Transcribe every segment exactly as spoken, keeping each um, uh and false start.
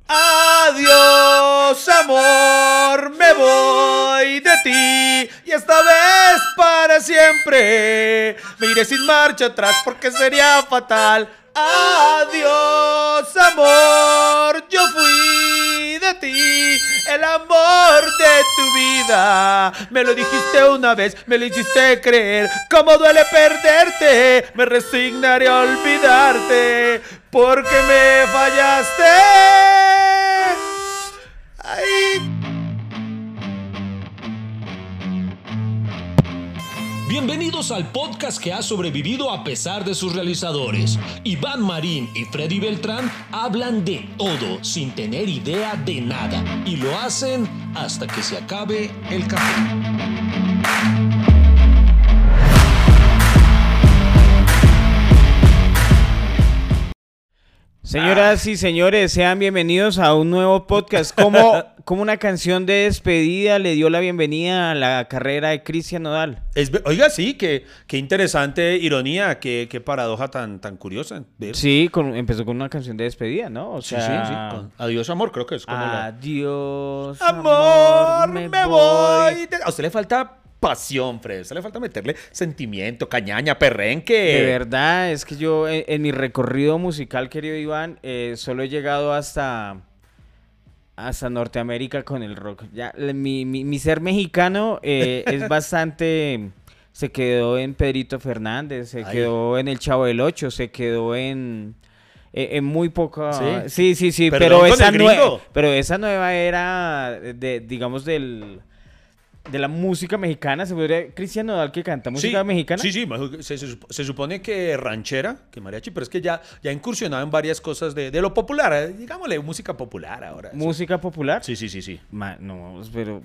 Adiós, amor, me voy de ti y esta vez para siempre. Me iré sin marcha atrás porque sería fatal. Adiós, amor, yo fui de ti, el amor de tu vida. Me lo dijiste una vez, me lo hiciste creer. Cómo duele perderte, me resignaré a olvidarte porque me fallaste. Ay. Bienvenidos al podcast que ha sobrevivido a pesar de sus realizadores. Iván Marín y Freddy Beltrán hablan de todo sin tener idea de nada y lo hacen hasta que se acabe el café. Señoras y señores, sean bienvenidos a un nuevo podcast. Como, como una canción de despedida le dio la bienvenida a la carrera de Cristian Nodal. Es, oiga, sí, qué, qué interesante ironía, qué, qué paradoja tan, tan curiosa. ¿Ves? Sí, con, empezó con una canción de despedida, ¿no? O sea, sí, sí, sí. Con Adiós, amor, creo que es como Adiós, la... amor, amor, me, me voy. voy. A usted le falta pasión, Fred. A usted le falta meterle sentimiento, cañaña, perrenque. De verdad, es que yo en, en mi recorrido musical, querido Iván, eh, solo he llegado hasta... hasta Norteamérica con el rock. Ya, mi, mi, mi ser mexicano eh, es bastante... Se quedó en Pedrito Fernández, se Ay. quedó en El Chavo del Ocho, se quedó en... En, en muy poco... Sí, sí, sí, sí, pero esa, nue pero esa nueva era, de, digamos, del... de la música mexicana, se podría... Cristian Nodal que canta música sí, mexicana. Sí, sí, se, se, se supone que ranchera, que mariachi, pero es que ya, ya ha incursionado en varias cosas de, de lo popular, digámosle música popular ahora. ¿Música sí. popular? Sí, sí, sí, sí. Ma, no, pero...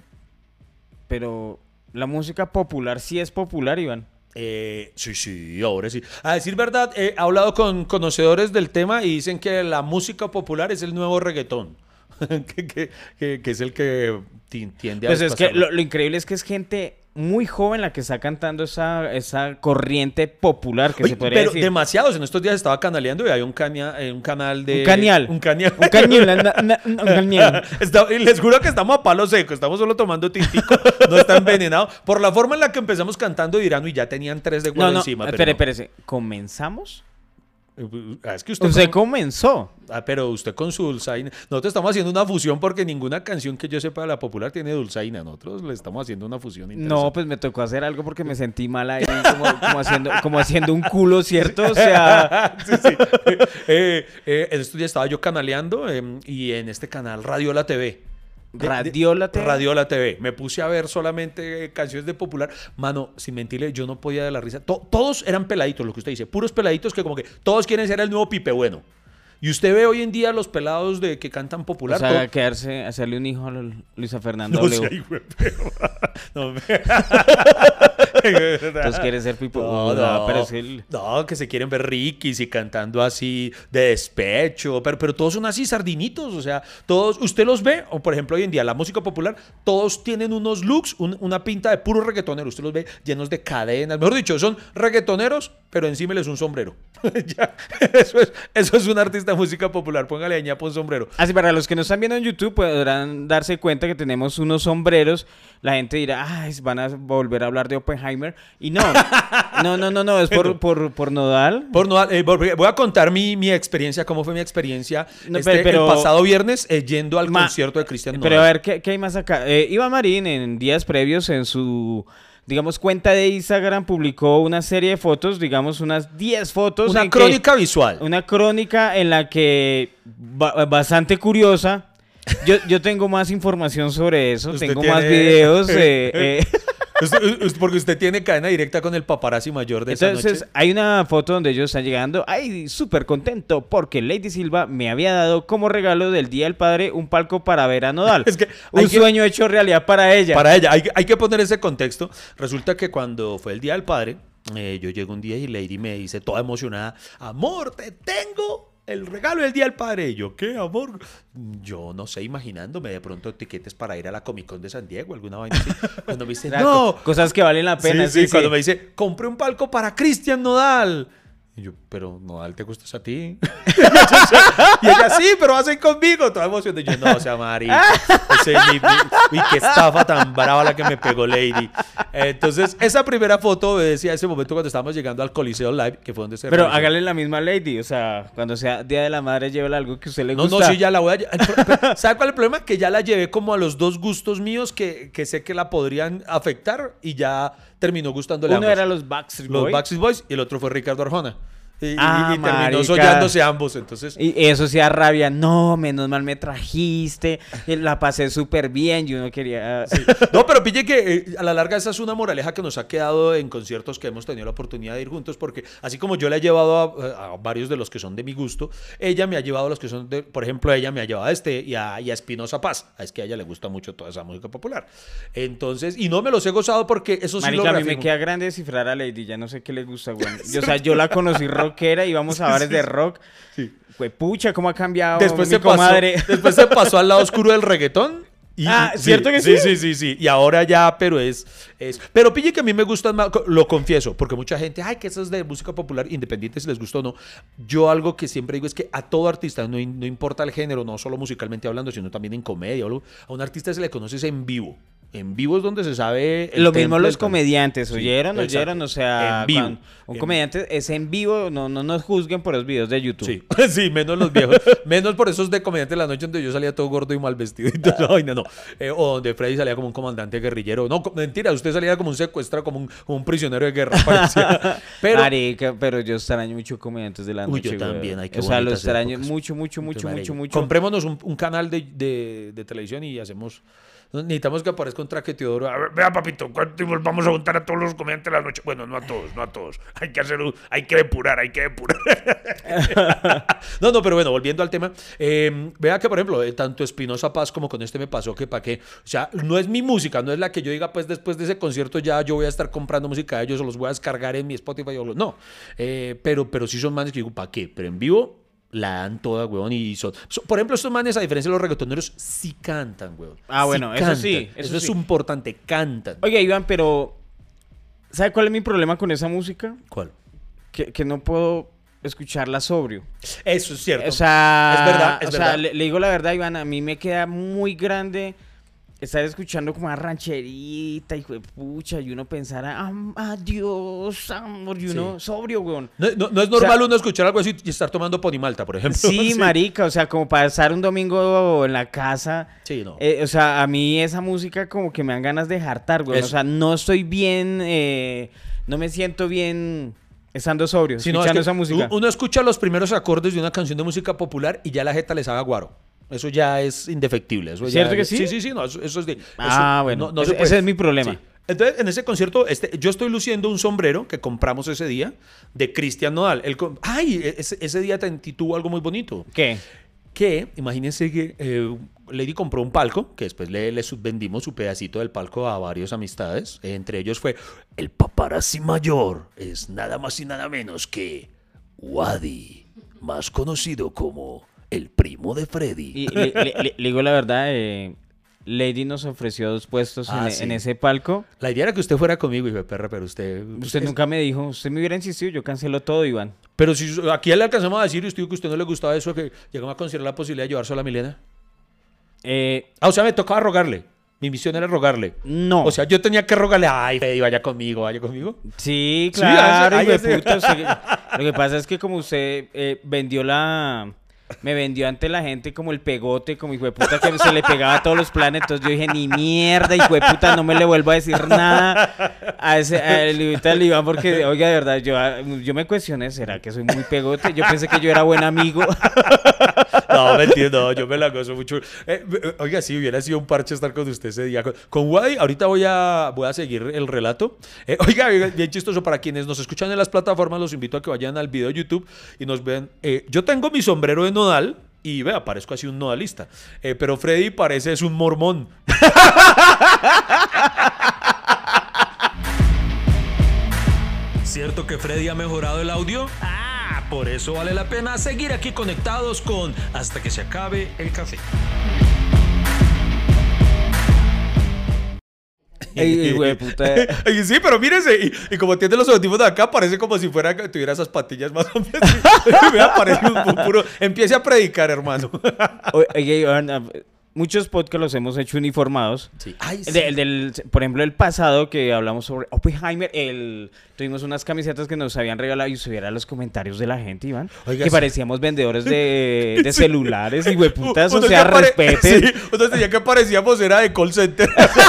Pero... La música popular sí es popular, Iván. Eh, sí, sí, ahora sí. A decir verdad, he hablado con conocedores del tema y dicen que la música popular es el nuevo reggaetón. que, que, que, que es el que tiende a Pues es que lo, lo increíble es que es gente muy joven la que está cantando esa, esa corriente popular que Oye, se podría pero decir. Pero demasiados. En estos días estaba canaleando y hay un, caña, un canal de... Un cañal. Un cañal. Un cañal. na, na, un cañal. Está, y les juro que estamos a palo seco. Estamos solo tomando tintico. No está envenenado. Por la forma en la que empezamos cantando dirán, y ya tenían tres de huevo no, no, encima. Espere, no. espérese. ¿Comenzamos? Es que usted, usted comenzó. Ah, pero usted con su dulzaina. Nosotros estamos haciendo una fusión porque ninguna canción que yo sepa de la popular tiene dulzaina. Nosotros le estamos haciendo una fusión interesante. No, pues me tocó hacer algo porque me sentí mal ahí, como, como, haciendo, como haciendo un culo, ¿cierto? O sea... sí, sí. Eh, eh, en estos días estaba yo canaleando eh, y en este canal Radiola T V. Radiola T V. Radiola T V. Me puse a ver solamente canciones de popular. Mano, sin mentirle, yo no podía de la risa. To todos eran peladitos, lo que usted dice. Puros peladitos que como que todos quieren ser el nuevo Pipe Bueno. Y usted ve hoy en día los pelados de que cantan popular. O sea, todo... quedarse, hacerle un hijo a Luisa Fernanda. No sé, güey, no, me... Entonces quiere ser Pipe no, no, no, pero es el... no, que se quieren ver riquis y cantando así de despecho, pero, pero todos son así sardinitos, o sea, todos, usted los ve, o por ejemplo hoy en día la música popular, todos tienen unos looks, un, una pinta de puro reggaetonero, usted los ve llenos de cadenas, mejor dicho, son reggaetoneros, pero encima les un sombrero. Ya, eso, es, eso es un artista de música popular, póngale a ñapa un sombrero. Así para los que nos están viendo en YouTube podrán darse cuenta que tenemos unos sombreros. La gente dirá, ay, van a volver a hablar de Oppenheimer. Y no, no, no, no, no, es por, por, por Nodal. Por Nodal, eh, voy a contar mi, mi experiencia, cómo fue mi experiencia no, este, pero, el pasado viernes eh, yendo al ma, concierto de Cristian Nodal. Pero a ver, ¿qué, qué hay más acá? Eh, Iván Marín en días previos en su... digamos, cuenta de Instagram publicó una serie de fotos, digamos, unas diez fotos. Una crónica que, visual. Una crónica en la que, ba bastante curiosa, yo, yo tengo más información sobre eso, tengo tiene... más videos. Eh, eh. Porque usted tiene cadena directa con el paparazzi mayor de Entonces, esa noche. Hay una foto donde ellos están llegando. Ay, súper contento porque Lady Silva me había dado como regalo del Día del Padre un palco para ver a Nodal. Es que un que, sueño hecho realidad para ella. Para ella. Hay, hay que poner ese contexto. Resulta que cuando fue el Día del Padre, eh, yo llego un día y Lady me dice toda emocionada, amor, te tengo el regalo del Día del Padre. Y yo, ¿qué, amor? Yo no sé, imaginándome de pronto tiquetes para ir a la Comic Con de San Diego, alguna vaina así. Cuando me dice, no. Cosas que valen la pena. Sí, sí, sí, cuando sí. me dice, compré un palco para Cristian Nodal. Y yo, pero Nodal te gustas a ti. Y ella, sí, pero hacen conmigo. Toda emoción de yo, no, o sea, marica. Ese, mi, mi, uy, qué estafa tan brava la que me pegó Lady. Entonces, esa primera foto decía ese momento cuando estábamos llegando al Coliseo Live, que fue donde se Pero realizó. hágale la misma Lady, o sea, cuando sea Día de la Madre, llévele algo que a usted le No, gusta. no, sí, ya la voy a llevar. ¿Sabe cuál es el problema? Que ya la llevé como a los dos gustos míos que, que sé que la podrían afectar y ya terminó gustándole a Uno ambos. era los Backstreet Los Boys. Backstreet Boys y el otro fue Ricardo Arjona. Y, Ah, y- y terminó marica. sollándose ambos, entonces... Y eso sí da rabia. No, menos mal me trajiste. y La pasé súper bien. Yo no quería. No, pero pille que eh, a la larga esa es una moraleja que nos ha quedado en conciertos que hemos tenido la oportunidad de ir juntos, porque así como yo la he llevado a, a varios de los que son de mi gusto, ella me ha llevado a los que son de, por ejemplo, ella me ha llevado a este y a, y a Espinosa Paz. Es que a ella le gusta mucho toda esa música popular. Entonces, y no me los he gozado porque eso sí Marica, lo a mí me reafirmo. queda grande descifrar a Lady. Ya no sé qué le gusta, güey. Yo, o sea, yo la conocí rockera, íbamos a bares de rock. Sí. Güey, pucha, cómo ha cambiado Después mi se, pasó, comadre. después se pasó al lado oscuro del reggaetón. Y, Ah, sí, ¿cierto que sí? sí? Sí, sí, sí. Y ahora ya, pero es, es... Pero pille que a mí me gustan más, lo confieso, porque mucha gente, ay, que eso es de música popular, independiente si les gustó o no. Yo algo que siempre digo es que a todo artista, no, no importa el género, no solo musicalmente hablando, sino también en comedia o algo, a un artista se le conoce en vivo. En vivo es donde se sabe... el Lo mismo temple los del- comediantes, Sí, ¿oyeron? exacto. ¿Oyeron? O sea, En vivo. cuando un En- comediante es en vivo, no, no nos juzguen por los videos de YouTube. Sí, sí, menos los viejos. Menos por esos de Comediante de la Noche donde yo salía todo gordo y mal vestido. Y toda esa vaina, no. Eh, o donde Freddy salía como un comandante guerrillero. No, co- mentira, usted salía como un secuestrado, como un, como un prisionero de guerra. Parecía. Pero, Marica, pero yo extraño mucho comediantes de la Uy, noche. yo güey. también, ay, qué O sea, los bonitas extraño épocas. mucho, mucho, mucho, Qué mucho, maravilla. mucho. Comprémonos un, un canal de, de, de televisión y hacemos... Necesitamos que aparezca un traque Teodoro. A ver, vea, papito, ¿cuánto vamos a juntar a todos los comediantes de la noche? Bueno, no a todos, no a todos. Hay que hacer un- hay que depurar, hay que depurar. No, no, pero bueno, volviendo al tema. eh, vea que, por ejemplo, eh, tanto Espinosa Paz como con este me pasó que para qué. O sea, no es mi música, no es la que yo diga, pues después de ese concierto ya yo voy a estar comprando música de ellos o los voy a descargar en mi Spotify o lo- no. Eh, pero, pero sí son manes que digo, ¿para qué? Pero en vivo la dan toda, weón, y son... so- por ejemplo, estos manes, a diferencia de los reggaetoneros, sí cantan, weón. Ah, bueno, eso cantan. sí, Eso, eso es sí. importante, cantan. Oye, Iván, pero ¿sabe cuál es mi problema con esa música? ¿Cuál? Que, que no puedo escucharla sobrio. Eso es cierto. O sea, Es verdad, es o sea, verdad. Le, le digo la verdad, Iván, a mí me queda muy grande estar escuchando como una rancherita, hijo de pucha, y uno pensara, "Am- adiós, amor", y uno sobrio, weón. No, no- no es normal O sea- uno escuchar algo así y estar tomando ponimalta, por ejemplo. Sí, marica, o sea, como pasar un domingo en la casa. Sí, no. Eh, o sea, a mí esa música como que me dan ganas de hartar, güey. Eso. O sea, no estoy bien, eh, no me siento bien estando sobrio, Sí, no, es escuchando que esa música. u- Uno escucha los primeros acordes de una canción de música popular y ya la jeta les haga guaro. Eso ya es indefectible. Eso ya- ¿Cierto que sí? Sí, sí, sí. No, eso, eso es de... Ah, eso bueno, no- no ese- se puede. ese es mi problema. Sí. Entonces, en ese concierto, este, yo estoy luciendo un sombrero que compramos ese día de Cristian Nodal. Él com- ¡Ay! Ese, ese día te- tuvo algo muy bonito. ¿Qué? Que, imagínense que eh, Lady compró un palco, que después le, le subvendimos su pedacito del palco a varios amistades. Eh, entre ellos fue el paparazzi mayor, es nada más y nada menos que Wadi, más conocido como el primo de Freddy. Y le, le- le- le digo la verdad, eh, Lady nos ofreció dos puestos Ah, en, sí. en ese palco. La idea era que usted fuera conmigo, hijo de perra, pero usted... Usted nunca me dijo, usted me hubiera insistido, yo cancelo todo, Iván. Pero si aquí ya le alcanzamos a decir, y usted dijo que a usted no le gustaba eso, que llegamos a considerar la posibilidad de llevarse a la Milena. Eh, Ah, o sea, me tocaba rogarle. Mi misión era rogarle. no. O sea, yo tenía que rogarle, ay, Freddy, vaya conmigo, vaya conmigo. Sí, Sí, claro, ahí hijo de hace- puta, usted- Lo que pasa es que como usted eh, vendió la... Me vendió ante la gente como el pegote, como hijo de puta que se le pegaba a todos los planes. Entonces yo dije, ni mierda, hijo de puta, no me le vuelvo a decir nada a ese a el ahorita al Iván, porque, oiga, de verdad, yo, yo me cuestioné, ¿será que soy muy pegote? Yo pensé que yo era buen amigo. No, me entiendo, yo me la gozo mucho. Eh, eh, oiga, sí, hubiera sido un parche estar con usted ese día. Con, con Wadi, ahorita voy a, voy a seguir el relato. Eh, oiga, bien chistoso, para quienes nos escuchan en las plataformas, los invito a que vayan al video de YouTube y nos vean. Eh, yo tengo mi sombrero de nodal y vea, parezco así un nodalista. Eh, pero Freddy parece es un mormón. ¿Cierto que Freddy ha mejorado el audio? Ah, por eso vale la pena seguir aquí conectados con Hasta que se acabe el café. Ey, güey, puta. Y sí, pero mírese, y, y como tiene los objetivos de acá, parece como si fuera que tuviera esas patillas más o menos. Me aparece un, un puro. Empiece a predicar, hermano. Oye, Iván, muchos podcasts los hemos hecho uniformados. Sí. Ay, sí. De- el del, por ejemplo, el pasado que hablamos sobre Oppenheimer, el, tuvimos unas camisetas que nos habían regalado y subiera los comentarios de la gente, Iván. Oiga, que sí. parecíamos vendedores de, de celulares y hueputas, o Uno sea, que apare- respeten. Sí, uno tenía que parecíamos era de call center.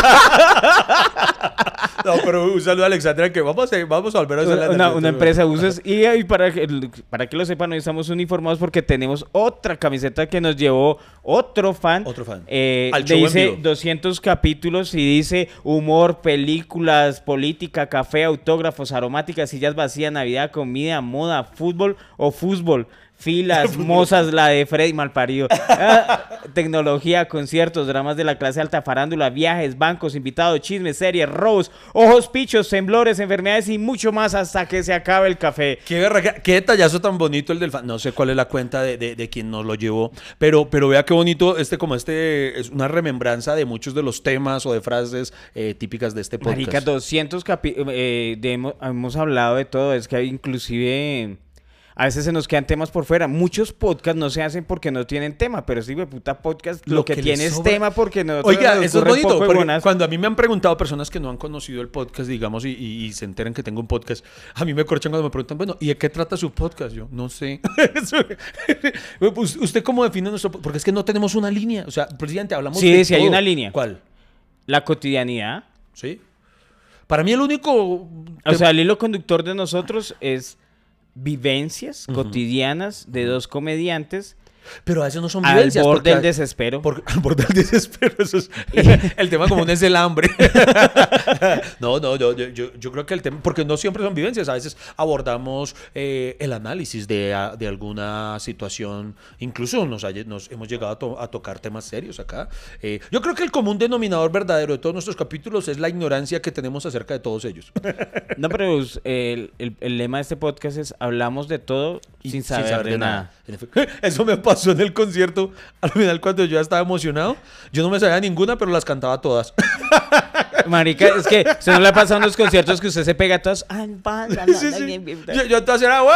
No, pero un saludo a Alexandra, que vamos a, vamos a volver a hacer la Una, una empresa de buses y, y para, que, para que lo sepan, hoy estamos uniformados porque tenemos otra camiseta que nos llevó otro fan. Otro fan. Eh, Al le show en dice vivo. doscientos capítulos y dice humor, películas, política, café, autógrafos, aromáticas, sillas vacías, Navidad, comida, moda, fútbol o fútbol. Filas, mozas, la de Freddy Malparido. Ah, tecnología, conciertos, dramas de la clase alta, farándula, viajes, bancos, invitados, chismes, series, robos, ojos pichos, temblores, enfermedades y mucho más hasta que se acabe el café. Qué, berraca- qué detallazo tan bonito el del fan. No sé cuál es la cuenta de, de, de quien nos lo llevó, pero, pero vea qué bonito, este como este es una remembranza de muchos de los temas o de frases eh, típicas de este podcast. Marica, doscientos capítulos, eh, de- hemos, hemos hablado de todo, es que hay inclusive... A veces se nos quedan temas por fuera. Muchos podcasts no se hacen porque no tienen tema, pero sí, güey, puta podcast, lo, Lo que, que tiene les es sobra. tema porque no. Oiga, eso es bonito, porque cuando a mí me han preguntado personas que no han conocido el podcast, digamos, y, y- y se enteran que tengo un podcast, a mí me corchan cuando me preguntan, bueno, ¿y de qué trata su podcast? Yo, no sé. ¿Usted cómo define nuestro podcast? Porque es que no tenemos una línea, o sea, presidente, hablamos Sí, de sí hay todo. una línea. ¿Cuál? La cotidianidad. ¿Sí? Para mí el único... O sea, el hilo conductor de nosotros es vivencias cotidianas de dos comediantes Pero a veces no son al vivencias. borde porque- del desespero. Por, al borde del desespero, eso es. El tema común es el hambre. No, no, yo, yo, yo, yo creo que el tema, porque no siempre son vivencias, a veces abordamos eh, el análisis de, a- de alguna situación, incluso nos, hay- nos hemos llegado a, to- a tocar temas serios acá. Eh, yo creo que el común denominador verdadero de todos nuestros capítulos es la ignorancia que tenemos acerca de todos ellos. No, pero pues, el, el- el lema de este podcast es hablamos de todo Y sin saber, de nada. En efecto. Eso me pasó en el concierto. Al final, cuando yo ya estaba emocionado, yo no me sabía ninguna, pero las cantaba todas. Marica, es que se no le ha pasado en los conciertos que usted se pega a todos. Sí, sí. Yo, yo entonces era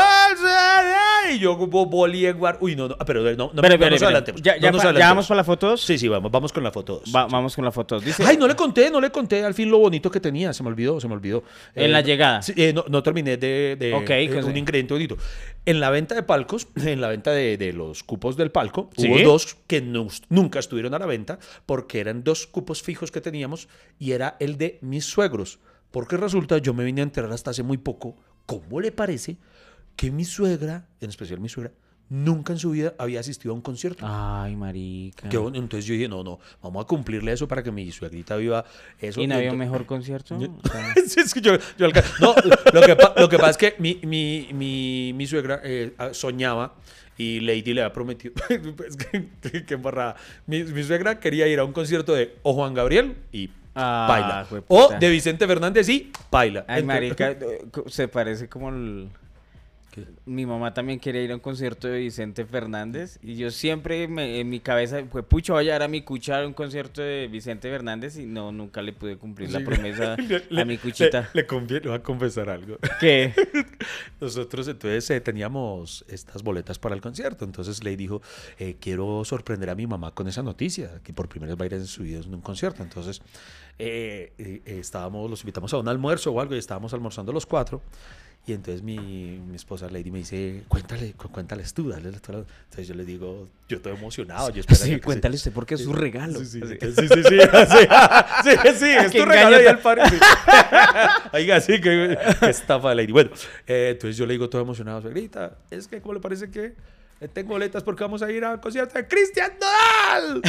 y yo volí en guar. Uy, no, no, pero no, no, Pero, no pero, nos pero, adelantemos. ¿Ya, no ya, nos pa- ya adelantemos. vamos para la foto dos? Sí, sí, vamos, vamos con la foto dos. Va- vamos con la foto dos. Dice, Ay, no le conté, no le conté al fin lo bonito que tenía. Se me olvidó, se me olvidó. En la no- llegada. sí, eh, no, no terminé de, de Ok, eh, con- un ingrediente bonito. En la venta de palcos, en la venta de, de los cupos del palco, ¿Sí? hubo dos que no- nunca estuvieron a la venta porque eran dos cupos fijos que teníamos y era el de mis suegros. Porque resulta, yo me vine a enterar hasta hace muy poco, ¿cómo le parece que mi suegra, en especial mi suegra, nunca en su vida había asistido a un concierto? ay, marica. Que, entonces yo dije, no, no, vamos a cumplirle eso para que mi suegrita viva eso. ¿Y no había un Ento- mejor concierto? Yo- O sea, Sí, es que yo, yo alca- no, lo que, pa- lo que pasa es que mi, mi, mi, mi suegra eh, ah, soñaba y Lady le había prometido. Es que, que- que embarrada. Mi, mi suegra quería ir a un concierto de o Juan Gabriel y Ah, baila. O jueputa. de Vicente Fernández y baila. Ay, Entonces- marica, eh, co- se parece como el... ¿Qué? Mi mamá también quería ir a un concierto de Vicente Fernández y yo siempre me- en mi cabeza fue, pucho, vaya a dar a mi cucha a un concierto de Vicente Fernández y no, nunca le pude cumplir la Sí. promesa Le- a mi le- cuchita. Le, le convie- le voy a confesar algo. ¿Qué? Nosotros entonces eh, teníamos estas boletas para el concierto. Entonces Ley dijo, eh, quiero sorprender a mi mamá con esa noticia, que por primera vez va a ir en su vida en un concierto. Entonces eh, eh, eh, estábamos, los invitamos a un almuerzo o algo y estábamos almorzando los cuatro. Y entonces mi, mi esposa Lady me dice, cuéntale, cu- cuéntales tú, dale tú. Entonces yo le digo, yo estoy emocionado. Yo espero Sí, que cuéntale sí. usted porque es su regalo. Sí, sí, Así. sí, sí, sí, sí, sí, sí, sí, es Qué tu regalo ahí engaño al par. Sí. Oiga, sí, que, que estafa Lady. Bueno, eh, entonces yo le digo todo emocionado, suegrita, es que ¿cómo le parece que eh, tengo boletas porque vamos a ir al concierto de Cristian Nodal?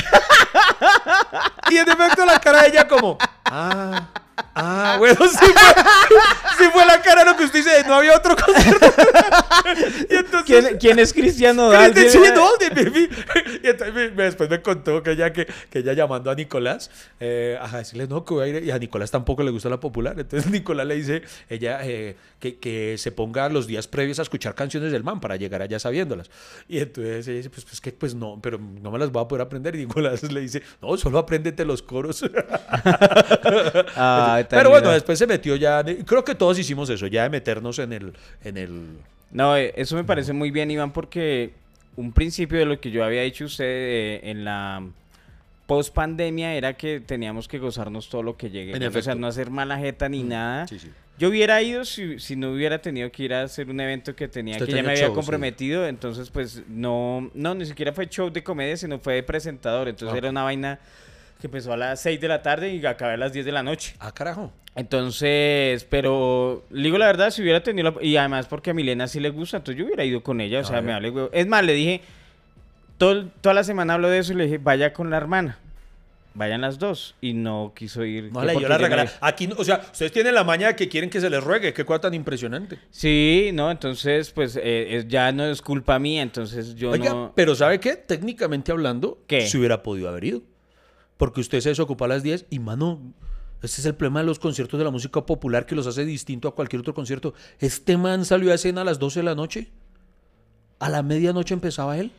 Y en efecto la cara de ella como, ah, ah, bueno, sí fue, sí fue la cara lo que usted dice, no había otro concierto. Y entonces... ¿Quién, quién es Cristiano Nodal? Cristian, sí, no, de- de- y entonces me- me- después me contó que ella, que, que ella llamando a Nicolás, eh, a decirle, no, que voy a ir. Y a Nicolás tampoco le gusta la popular. Entonces Nicolás le dice, ella, eh, que, que se ponga los días previos a escuchar canciones del man para llegar allá sabiéndolas. Y entonces ella dice, pues, pues que, pues no, pero no me las voy a poder aprender. Y Nicolás le dice, no, solo apréndete los coros. Ah, Pero tan bueno, linda. después se metió ya, creo que todos hicimos eso, ya de meternos en el, en el... No, eh, eso me parece muy bien, Iván, porque un principio de lo que yo había dicho a usted eh, en la post pandemia era que teníamos que gozarnos todo lo que llegue. En ¿no? O sea, efecto. no hacer mala jeta ni nada. Sí, sí. Yo hubiera ido si, si no hubiera tenido que ir a hacer un evento que tenía, Usted que ya tenía me había show, sí. comprometido, entonces pues no, no, ni siquiera fue show de comedia, sino fue de presentador, entonces Ah. era una vaina que empezó a las seis de la tarde y acabé a las diez de la noche. Ah, carajo. Entonces, pero le digo la verdad, si hubiera tenido la- y además porque a Milena sí le gusta, entonces yo hubiera ido con ella, o A sea, ver. me vale huevo. Es más, le dije, todo, toda la semana hablo de eso y le dije, vaya con la hermana, vayan las dos, y no quiso ir. No que le dio porque la yo me- regala. Aquí, no- o sea, ustedes tienen la maña de que quieren que se les ruegue. Qué cosa tan impresionante. Sí, no, entonces, pues eh, es- ya no es culpa mía, entonces yo Oiga, no... pero ¿sabe qué? Técnicamente hablando, ¿Qué? se hubiera podido haber ido. Porque usted se desocupa a las diez y, mano, este es el problema de los conciertos de la música popular que los hace distinto a cualquier otro concierto. Este man salió a escena a las doce de la noche. A la medianoche empezaba él.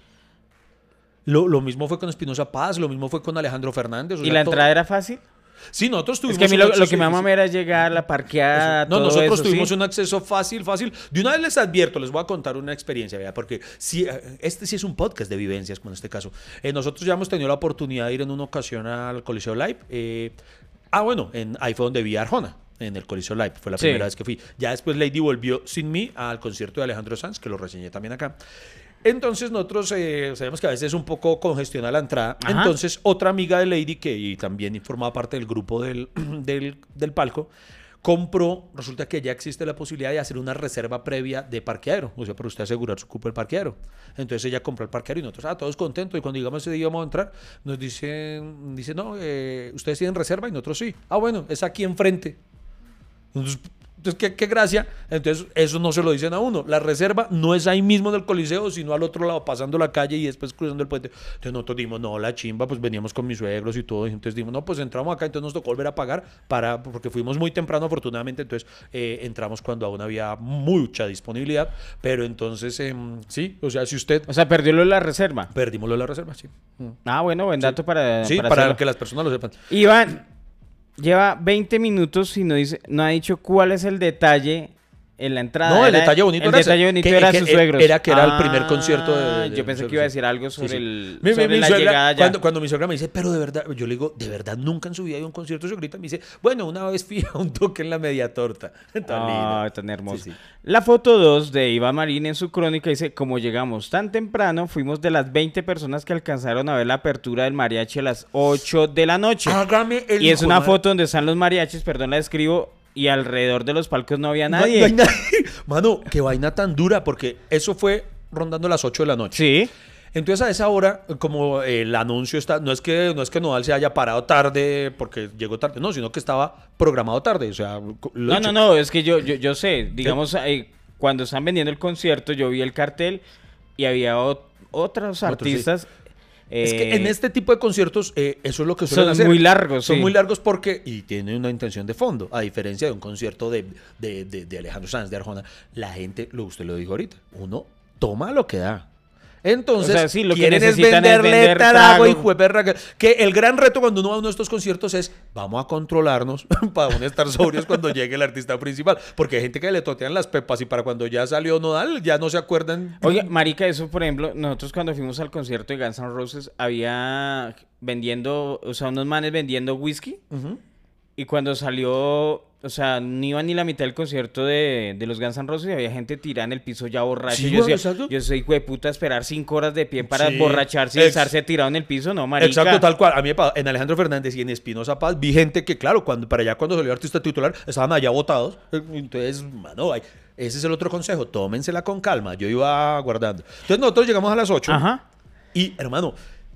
Lo, lo mismo fue con Espinosa Paz, lo mismo fue con Alejandro Fernández. o ¿Y sea, la todo- entrada era fácil? Sí, nosotros Es tuvimos que a mí un lo, lo acceso que me difícil. mama era llegar, la parqueada, No, todo nosotros eso, tuvimos ¿sí? un acceso fácil, fácil. De una vez les advierto, les voy a contar una experiencia, ¿vea? Porque si, eh, este sí es un podcast de vivencias, como en este caso. Eh, nosotros ya hemos tenido la oportunidad de ir en una ocasión al Coliseo Live. eh, ah, bueno, en, ahí fue donde vi a Arjona, en el Coliseo Live. Fue la Sí. primera vez que fui. Ya después Lady volvió sin mí al concierto de Alejandro Sanz, que lo reseñé también acá. Entonces nosotros eh, sabemos que a veces es un poco congestionada la entrada. Ajá. Entonces otra amiga de Lady, que y también formaba parte del grupo del, del, del palco, compró, resulta que ya existe la posibilidad de hacer una reserva previa de parqueadero, o sea, para usted asegurar su cupo del parqueadero. Entonces ella compró el parqueadero y nosotros, ah, todos contentos, y cuando digamos ese día vamos a entrar, nos dicen, dice, no, eh, ustedes tienen reserva y nosotros sí. Ah, bueno, es aquí enfrente. Entonces, entonces, ¿qué, qué gracia. Entonces, eso no se lo dicen a uno. La reserva no es ahí mismo en el Coliseo, sino al otro lado, pasando la calle y después cruzando el puente. Entonces, nosotros dijimos, no, la chimba, pues veníamos con mis suegros y todo. Y entonces dijimos, no, pues entramos acá. Entonces, nos tocó volver a pagar para, porque fuimos muy temprano, afortunadamente. Entonces, eh, entramos cuando aún había mucha disponibilidad. Pero entonces, em, sí, o sea, si usted. O sea, perdió lo de la reserva. Perdimos lo de la reserva, sí. Mm. Ah, bueno, buen dato para, Sí, para para hacerlo. que las personas lo sepan. Iván, lleva veinte minutos y no dice, no ha dicho cuál es el detalle en la entrada. No, el Era- detalle bonito el era ese, detalle bonito que- era que sus era- suegros. era que era el primer concierto de- Ah, de- yo pensé de- que iba a decir algo Sí, sobre, sí. el, Mi- mi- sobre mi la suegra, llegada allá. Cuando, cuando mi suegra me dice, pero de verdad, yo le digo, de verdad, nunca en su vida he ido a un concierto, suegrita. Me dice, bueno, una vez fui a un toque en la media torta. Tan lindo. Ah, tan hermoso. Sí, sí. La foto dos de Iván Marín en su crónica dice, como llegamos tan temprano, fuimos de las veinte personas que alcanzaron a ver la apertura del mariachi a las ocho de la noche. Hágame el Y es hijo una de madre. foto donde están los mariachis, perdón, la escribo, y alrededor de los palcos no había No- nadie. no hay nadie. Mano, qué vaina tan dura, porque eso fue rondando las ocho de la noche. Sí. Entonces a esa hora, como el anuncio está, no es que no es que Nodal se haya parado tarde porque llegó tarde, no, sino que estaba programado tarde, o sea, lo No, hecho. no, no, es que yo, yo, yo sé, digamos, eh, cuando están vendiendo el concierto, yo vi el cartel y había ot- otros sí. artistas. Es que eh, en este tipo de conciertos eh, eso es lo que suelen son hacer. muy largos, Son sí. muy largos porque, y tienen una intención de fondo, a diferencia de un concierto de, de, de, de Alejandro Sanz, de Arjona, la gente, lo usted lo dijo ahorita, uno toma lo que da. Entonces, O sea, sí, lo que quieren es necesitan es venderle vender trago y trago. jueperra. Que- Que el gran reto cuando uno va a uno de estos conciertos es, vamos a controlarnos para no estar sobrios cuando llegue el artista principal. Porque hay gente que le totean las pepas y para cuando ya salió Nodal, ya no se acuerdan. Oye, marica, eso por ejemplo, nosotros cuando fuimos al concierto de Guns N' Roses había vendiendo, o sea, unos manes vendiendo whisky Ujú. y cuando salió, o sea, no iba ni la mitad del concierto de, de los Guns N' Roses y había gente tirada en el piso ya borracha. Sí, Y yo bueno, decía, exacto. yo soy hijo de puta esperar cinco horas de pie para Sí. borracharse y Ex- estarse tirado en el piso, no, marica. Exacto, tal cual. A mí me pasó, en Alejandro Fernández y en Espinosa Paz vi gente que, claro, cuando para allá cuando salió artista titular, estaban allá votados. Entonces, mano, ay, ese es el otro consejo. Tómensela con calma. Yo iba guardando. Entonces nosotros llegamos a las ocho. Ajá. Y, hermano,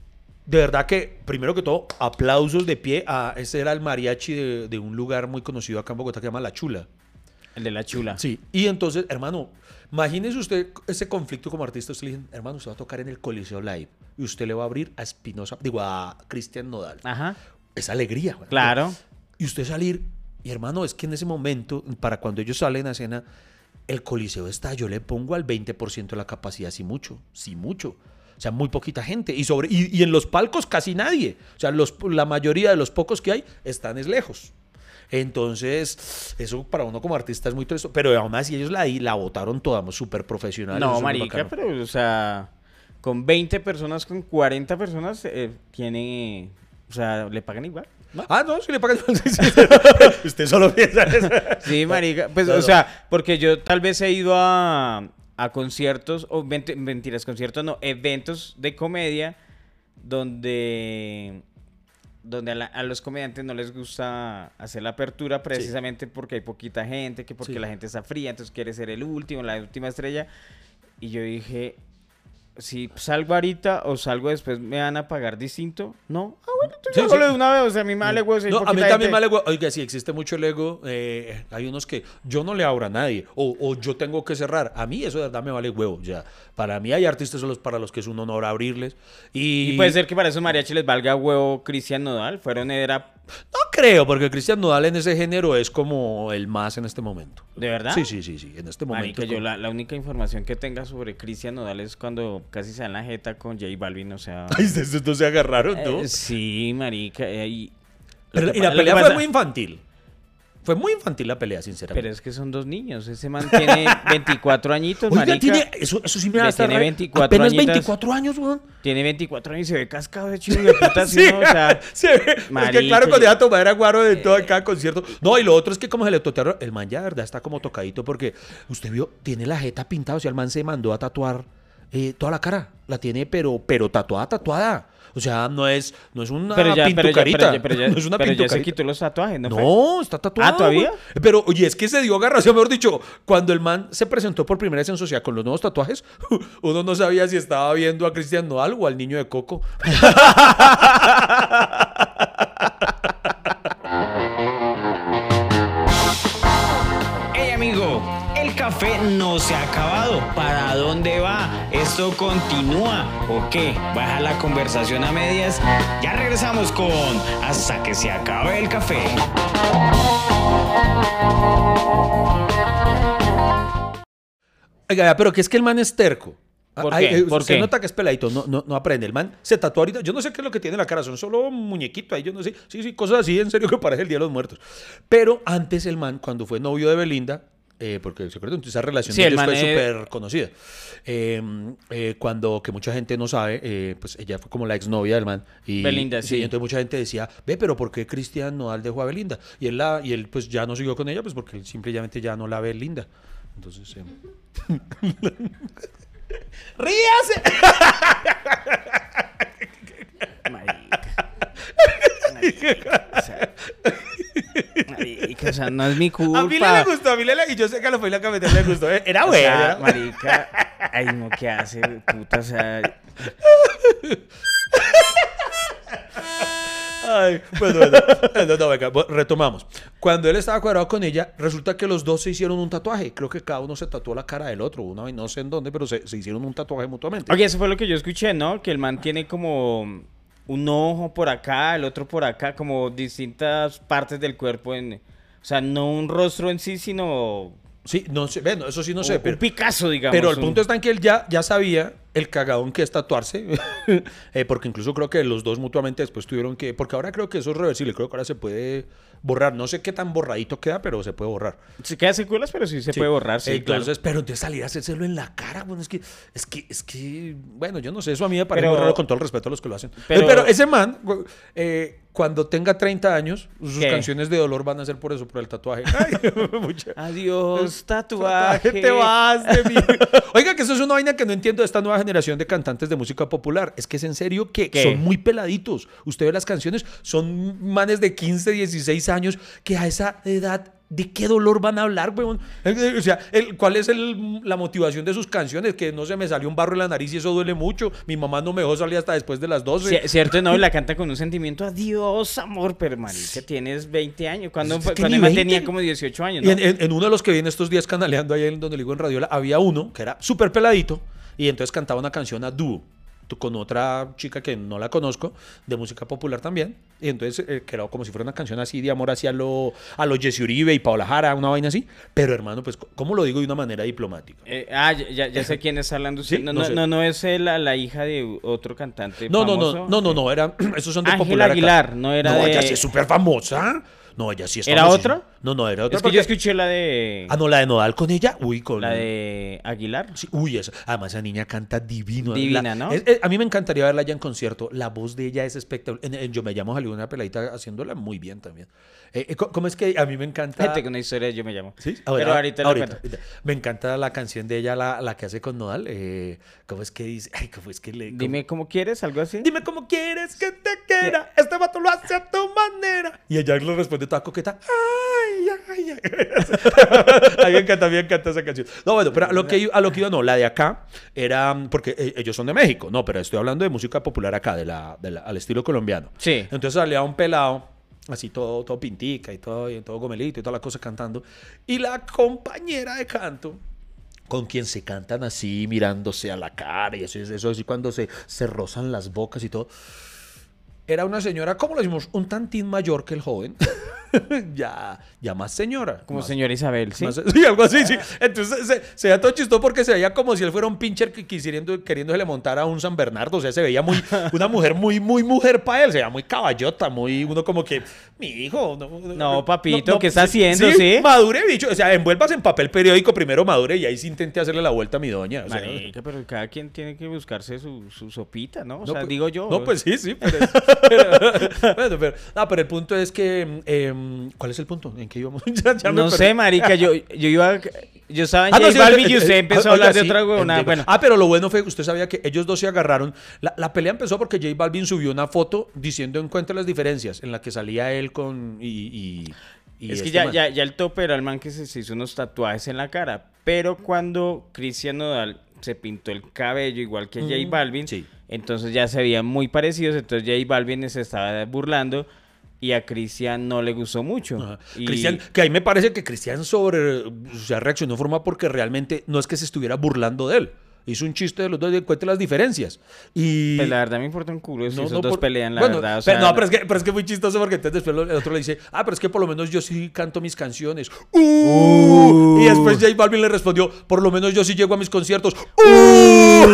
de verdad que, primero que todo, aplausos de pie a ese era el mariachi de, de un lugar muy conocido acá en Bogotá que se llama La Chula. El de la chula. Sí. Y entonces, hermano, imagínese usted ese conflicto como artista. Usted le dice, hermano, usted va a tocar en el Coliseo Live y usted le va a abrir a Espinosa, digo, a Cristian Nodal. Ajá. Es alegría. ¿Verdad? Claro. Y usted salir, y hermano, es que en ese momento, para cuando ellos salen a escena, el Coliseo está, yo le pongo al veinte por ciento de la capacidad, si mucho, si mucho. O sea, muy poquita gente. Y, sobre, y, y en los palcos casi nadie. O sea, los, la mayoría de los pocos que hay están es lejos. Entonces, eso para uno como artista es muy triste. Pero aún así ellos la, la botaron toda súper profesional. No, marica, pero, o sea, con veinte personas, con cuarenta personas, eh, tiene, o sea, le pagan igual. ¿No? Ah, no, si le pagan igual. Usted solo piensa eso. Sí, marica, pues, no, o no. sea, porque yo tal vez he ido a, a conciertos, o ment- mentiras, conciertos no, eventos de comedia, donde... donde a, la, a los comediantes no les gusta hacer la apertura precisamente sí. porque hay poquita gente, que porque sí. la gente está fría, entonces quiere ser el último, la última estrella. Y yo dije, si salgo ahorita o salgo después, ¿me van a pagar distinto? No. Ah, bueno, entonces sí, sí. de una vez, o sea, a mí me vale huevo. No, a mí también me vale huevo. Oiga, sí, existe mucho el ego. Eh, hay unos que yo no le abro a nadie, o, o yo tengo que cerrar. A mí eso de verdad me vale huevo. Ya. Para mí hay artistas solos para los que es un honor abrirles. Y, y puede ser que para esos mariachis les valga huevo Cristian Nodal. Fueron, era... No creo, porque Cristian Nodal en ese género es como el más en este momento. ¿De verdad? Sí, sí, sí, sí. En este momento. Marica, yo la, la única información que tenga sobre Cristian Nodal es cuando casi se dan la jeta con J Balvin, o sea... Ay, estos dos se agarraron, ¿no? Eh, sí, marica. Eh, y, Pero, y la pelea fue pasa... muy infantil. Fue muy infantil la pelea, sinceramente. Pero es que son dos niños. Ese man tiene veinticuatro añitos, Oiga, marica. Tiene, eso, eso sí me da hasta tiene veinticuatro apenas añitas, veinticuatro años, weón. Tiene veinticuatro años y se ve cascado de chido de puta. Sí, ¿sí, no? O sea, se ve. marica, es que claro, cuando yo... ya tomar era guaro de todo en cada concierto. No, y lo otro es que como se le totearon, el man ya de verdad está como tocadito porque usted vio, tiene la jeta pintada. O sea, el man se mandó a tatuar eh, toda la cara. La tiene, pero, pero tatuada, tatuada. O sea, no es, no es una pero ya, pintucarita. Pero ya, pero ya, no es una pero pintucarita. ya se quitó los tatuajes, ¿no? No, fue? está tatuado. ¿Ah, todavía? Güey. Pero, oye, es que se dio garra. O sea, mejor dicho, cuando el man se presentó por primera vez en Sociedad con los nuevos tatuajes, uno no sabía si estaba viendo a Cristian Nodal o al niño de Coco. ¡Hey, amigo! El café no se ha acabado. ¿Para dónde va? ¿Esto continúa o qué? ¿Baja la conversación a medias? Ya regresamos con Hasta que se acabe el café. Oiga, pero que es que el man es terco. ¿Por Ay, qué? eh, ¿Por se qué? nota que es peladito, no, no, no aprende. El man se tatuó ahorita. Yo no sé qué es lo que tiene en la cara, son solo un muñequito ahí, yo no sé. Sí, sí, cosas así, en serio que parece el Día de los Muertos. Pero antes el man, cuando fue novio de Belinda, eh, porque se acuerdan, esa relación Sí, de el ellos man fue es- súper conocida. Eh, eh, cuando, que mucha gente no sabe, eh, pues ella fue como la exnovia del man. Y, Belinda, sí. Y entonces mucha gente decía, ve, pero ¿por qué Cristian Nodal dejó a Belinda? Y él, la, y él pues ya no siguió con ella, pues porque él simplemente ya no la ve linda. Entonces... Eh, ¡ríase! Marica. Marica. O sea, marica, o sea, no es mi culpa. A mí le gustó, a mí le y yo sé que a la Fila Cafetera le gustó. Era O bueno. sea, era- marica. Ay, no, ¿qué hace, puta? O sea... Ay, bueno, bueno. No, no, venga, bueno, retomamos. Cuando él estaba cuadrado con ella, resulta que los dos se hicieron un tatuaje. Creo que cada uno se tatuó la cara del otro. Una vez, no sé en dónde, pero se, se hicieron un tatuaje mutuamente. Oye, eso fue lo que yo escuché, ¿no? Que el man tiene como un ojo por acá, el otro por acá, como distintas partes del cuerpo. En, o sea, no un rostro en sí, sino Sí, no sé, bueno, eso sí no un, sé. un Pero, Picasso, digamos. pero el un- punto está en que él ya, ya sabía el cagadón que es tatuarse. eh, porque incluso creo que los dos mutuamente después tuvieron que... Porque ahora creo que eso es reversible. Creo que ahora se puede borrar. No sé qué tan borradito queda, pero se puede borrar. Se queda secuelas, pero sí se Sí. puede borrar, sí, Entonces, claro. pero entonces salir a hacérselo en la cara, bueno, es que, es que, es que, bueno, yo no sé, eso a mí me parece Pero- muy raro con todo el respeto a los que lo hacen. pero- Pero, ese man, eh, cuando tenga treinta años, sus ¿Qué? canciones de dolor van a ser por eso, por el tatuaje. Ay, mucha- Adiós, tatuaje. Te vas de mí. Oiga, que eso es una vaina que no entiendo de esta nueva generación de cantantes de música popular. Es que es en serio que ¿Qué? son muy peladitos. Usted ve las canciones, son manes de quince, dieciséis años que a esa edad ¿De qué dolor van a hablar, weón? O sea, el, ¿cuál es el, la motivación de sus canciones? Que no se me salió un barro en la nariz y eso duele mucho. Mi mamá no me dejó salir hasta después de las doce. C cierto, no, y la canta con un sentimiento, adiós, amor, pero marica, tienes veinte años. Cuando, Es que cuando ni Emma veinte. tenía como dieciocho años, Y ¿no? en, en- en uno de los que viene estos días canaleando ahí en donde le digo en Radiola, había uno que era súper peladito y entonces cantaba una canción a dúo tú- con otra chica que no la conozco, de música popular también, y entonces eh, que era como si fuera una canción así de amor hacia lo, a los Jesse Uribe y Paola Jara, una vaina así, pero hermano, pues, ¿cómo lo digo de una manera diplomática? Eh, ah, ya, ya, ya sé quién está hablando. usted. Sí, no, no no, sé. no, no es eh, la, la hija de otro cantante No, no, famoso. no, no, no, no, era, esos son de Ángela popular acá. Aguilar, no era No, de... ella sí es súper famosa. No, ella sí es ¿Era famosísima. otra? No, no, era otra. Es que porque- yo escuché la de... Ah, no, la de Nodal con ella. Uy, con... La de Aguilar. Sí, uy, esa- además esa niña canta divino. Divina, La- ¿no? es- es- a mí me encantaría verla ya en concierto. La voz de ella es espectacular. En, en Yo me llamo salió una peladita haciéndola muy bien también. Eh, eh, co- ¿Cómo es que a mí me encanta? Gente con una historia, yo me llamo. ¿Sí? Pero ahorita lo cuento. ahorita. Me encanta la canción de ella, la, la que hace con Nodal. Eh, ¿Cómo es que dice? Ay, ¿cómo es que le...? cómo- Dime cómo quieres, algo así. Dime cómo quieres que te quiera. Este vato lo hace a tu manera. Y ella le responde toda coqueta. Ay, ay, ay. A mí me encanta, a mí me encanta esa canción. No, bueno, pero a lo que, iba- a lo que iba, no, la de acá era, porque eh, ellos son de México, no, pero estoy hablando de música popular acá, de la, de la- al estilo colombiano. Sí. Entonces salía un pelado, así todo, todo pintica y todo, y todo gomelito y toda la cosa cantando. Y la compañera de canto, con quien se cantan así, mirándose a la cara y eso, eso así cuando se, se rozan las bocas y todo. Era una señora, ¿cómo lo decimos? Un tantín mayor que el joven. ya, ya más señora. Como más- señora Isabel, ¿sí? más- sí, algo así, sí. Entonces se, se veía todo chistoso porque se veía como si él fuera un pincher que quisiendo, queriéndole montar a un San Bernardo. O sea, se veía muy, una mujer muy, muy mujer para él. Se veía muy caballota, muy, uno como que, mi hijo. No, No, papito, ¿qué está haciendo, sí? Madure, bicho. O sea, envuelvas en papel periódico primero, madure, y ahí sí intenté hacerle la vuelta a mi doña. O sea, Marica, pero cada quien tiene que buscarse su, su sopita, ¿no? O no, sea, pues- digo yo. No, pues sí, sí. Pero, pero- bueno, pero, no, pero el punto es que. em, ¿Cuál es el punto? ¿En qué íbamos? Ya- ya me No perdí. sé, marica, yo, yo iba... Yo estaba en Ah, no, J sí, Balvin eh, y usted eh, empezó a oiga, hablar de sí, otra huevona. entiendo. Bueno, Ah, pero lo bueno fue que usted sabía que ellos dos se agarraron. La, la pelea empezó porque J Balvin subió una foto diciendo encuentra las diferencias en la que salía él con. Y, y- y es que este ya, man. ya, ya el tope era el man que se, se hizo unos tatuajes en la cara. Pero cuando Cristian Nodal se pintó el cabello igual que J Mm, Balvin, sí. entonces ya se veían muy parecidos. Entonces J Balvin se estaba burlando y a Cristian no le gustó mucho. Ajá. Y- Cristian, que ahí me parece que Cristian sobre, o sea, reaccionó de forma porque realmente no es que se estuviera burlando de él. Hizo un chiste de los dos y encuentra las diferencias. Y... Pues la verdad me importa un culo si No, esos no, dos por- pelean, la bueno, verdad. o pero, sea, no, pero es, que, pero es que muy chistoso porque entonces después lo- el otro le dice, ah, pero es que por lo menos yo sí canto mis canciones. ¡Uh! Y después J Balvin le respondió, por lo menos yo sí llego a mis conciertos. ¡Uh!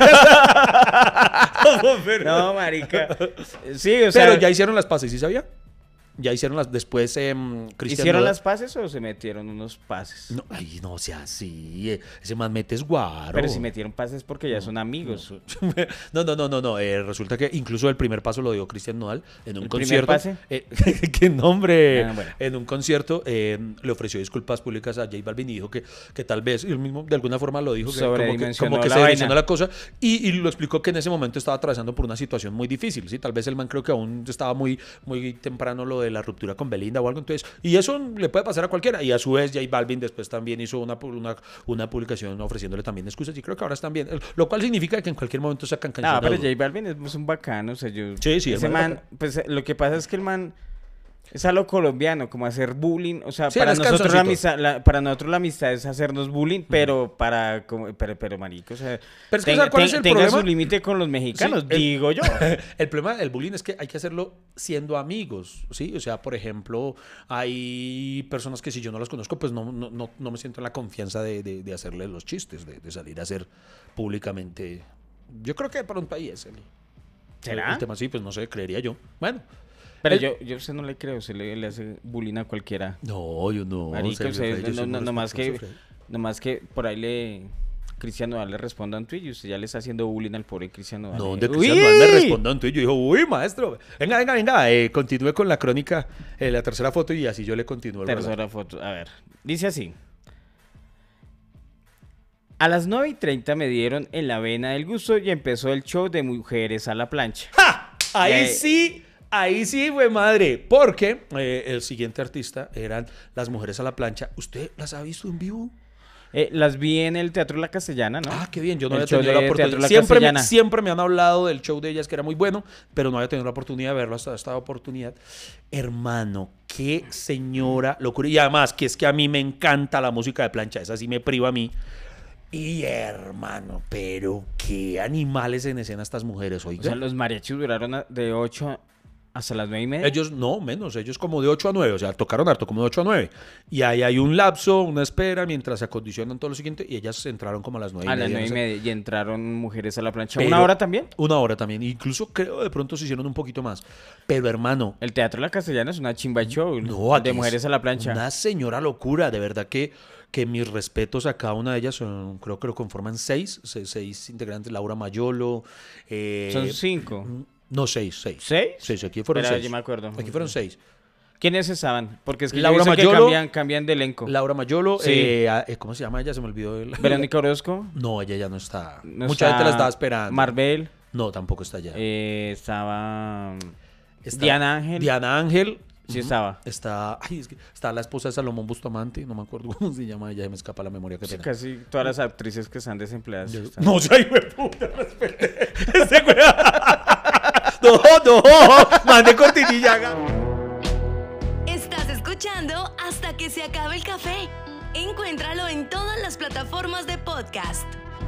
pero, No, marica. Sí, o sea... pero ya hicieron las pases, ¿sí sabía? Ya hicieron las, después em, Cristian ¿Hicieron Nodal- las pases o se metieron unos pases? No, ay, no sea así, eh, ese man metes guaro. Pero si metieron pases porque ya son amigos. No, no, no, no, no. eh, resulta que incluso el primer paso lo dio Cristian Nodal en un ¿El primer concierto. pase? Eh, ¿Qué nombre? Ah, bueno. En un concierto eh, le ofreció disculpas públicas a J Balvin y dijo que, que tal vez, él mismo de alguna forma lo dijo, que como que, Sobredimensionó como que la se vaina. dimensionó la cosa y, y lo explicó que en ese momento estaba atravesando por una situación muy difícil. ¿Sí? Tal vez el man creo que aún estaba muy, muy temprano lo de la ruptura con Belinda o algo. Entonces, y eso le puede pasar a cualquiera. Y a su vez, J Balvin después también hizo una, una, una publicación ofreciéndole también excusas y creo que ahora están bien. Lo cual significa que en cualquier momento sacan canciones. No, pero a dúo. J Balvin es un bacano, o sea, yo... Sí, sí, el ese man es man, bacano. pues lo que pasa es que el man es a lo colombiano, como hacer bullying, o sea, Sí, para él es nosotros, la canzoncito. amistad, la- para nosotros la amistad es hacernos bullying, pero para, como, pero, pero marico, o sea, Pero es que, tenga, ¿sabe cuál es ten- el tenga problema? su límite con los mexicanos, Sí, el- digo yo. El problema del bullying es que hay que hacerlo siendo amigos, ¿sí? O sea, por ejemplo, hay personas que si yo no las conozco, pues no, no, no, no me siento en la confianza de, de, de hacerle los chistes, de, de salir a hacer públicamente. Yo creo que pronto ahí es el, ¿Será? el tema. Sí, pues no sé, creería yo. Bueno. Pero el- yo, yo a usted no le creo, usted le, le hace bullying a cualquiera. No, yo no. Marica, Sergio usted, Frey, yo no, soy no, muy nomás que, respetuoso, Frey. nomás que por ahí le... Cristian Nodal le responda un tweet y usted ya le está haciendo bullying al pobre Cristian Nodal. No, Eh, donde ¡uy! Cristian Nodal me respondió entonces yo dijo, uy, maestro, venga, venga, venga, eh, continúe con la crónica, eh, la tercera foto y así yo le continúo el relato. Tercera foto. A ver, dice así. A las nueve y treinta me dieron en la vena del gusto y empezó el show de mujeres a la plancha. ¡Ja! Ahí Eh, sí, ahí sí fue madre, porque eh, el siguiente artista eran las Mujeres a la Plancha. ¿Usted las ha visto en vivo? Eh, las vi en el Teatro La Castellana, ¿no? Ah, qué bien, yo no El había show tenido la de Teatro oportunidad. La Siempre me, Castellana. siempre me han hablado del show de ellas, que era muy bueno, pero no había tenido la oportunidad de verlo hasta esta oportunidad. Hermano, qué señora locura. Y además, que es que a mí me encanta la música de plancha, esa sí me priva a mí. Y hermano, pero qué animales en escena estas mujeres, oiga. O sea, los mariachis duraron a- de ocho hasta las nueve y media. Ellos, no, menos, ellos como de ocho a nueve, o sea, tocaron harto, como de ocho a nueve. Y ahí hay un lapso, una espera, mientras se acondicionan todo lo siguiente, y ellas entraron como a las nueve y A media. las nueve y no sé. media. Y entraron mujeres a la plancha. Pero- ¿Una hora también? Una hora también, incluso creo de pronto se hicieron un poquito más. Pero hermano, El Teatro La Castellana es una chimba de show. no, aquí de es mujeres a la plancha. Una señora locura, de verdad que, que mis respetos a cada una de ellas, son, creo que lo conforman seis, seis, seis integrantes, Laura Mayolo. eh, Son cinco. No, seis, seis. ¿Seis? Seis, aquí fueron Espera, seis. yo me acuerdo. Aquí fueron seis. ¿Quiénes estaban? Porque es que Laura yo he visto que Mayolo. cambian, cambian de elenco. Laura Mayolo, Sí. eh, a- eh, ¿cómo se llama ella? Se me olvidó. El... Verónica Orozco. No, ella ya no está. No Mucha está gente la estaba esperando. Marvel. No, tampoco está allá. eh, estaba... Está Diana Ángel. Diana Ángel. Sí Ujú. estaba. Está, ay, es que está la esposa de Salomón Bustamante, no me acuerdo cómo se llama ella, me escapa la memoria que Sí, pena. casi todas las actrices que están desempleadas. están- No, ya, hijo de puta, respete. Ese güey. No, no, mande cortinilla. haga. Estás escuchando Hasta que se acabe el café. Encuéntralo en todas las plataformas de podcast.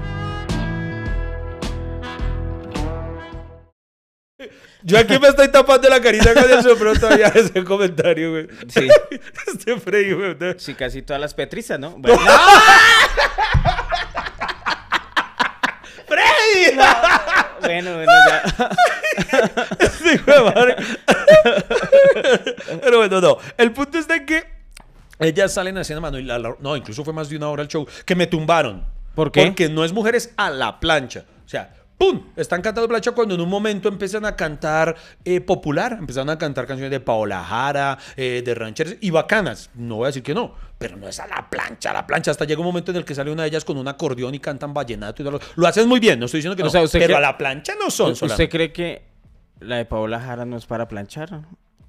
Yo aquí me estoy tapando la carita con eso, pero todavía ese comentario, güey. Sí. Este Freddy, güey. Sí, casi todas las petrizas, ¿no? Bueno, ¡Freddy! bueno, bueno, ya. Sí, güey, madre. Pero bueno, no. El punto está en que ellas salen haciendo mano y la, la- no, incluso fue más de una hora el show que me tumbaron. ¿Por qué? Porque no es mujeres a la plancha. O sea, ¡pum! Están cantando plancha cuando en un momento empiezan a cantar eh, popular. Empezaron a cantar canciones de Paola Jara, eh, de rancheras y bacanas. No voy a decir que no, pero no es a la plancha, a la plancha. Hasta llega un momento en el que sale una de ellas con un acordeón y cantan vallenato y todo. Lo, lo hacen muy bien, no estoy diciendo que O no. sea, ¿usted pero cree- a la plancha no son ¿Usted solamente. cree que la de Paola Jara no es para planchar? ¿No?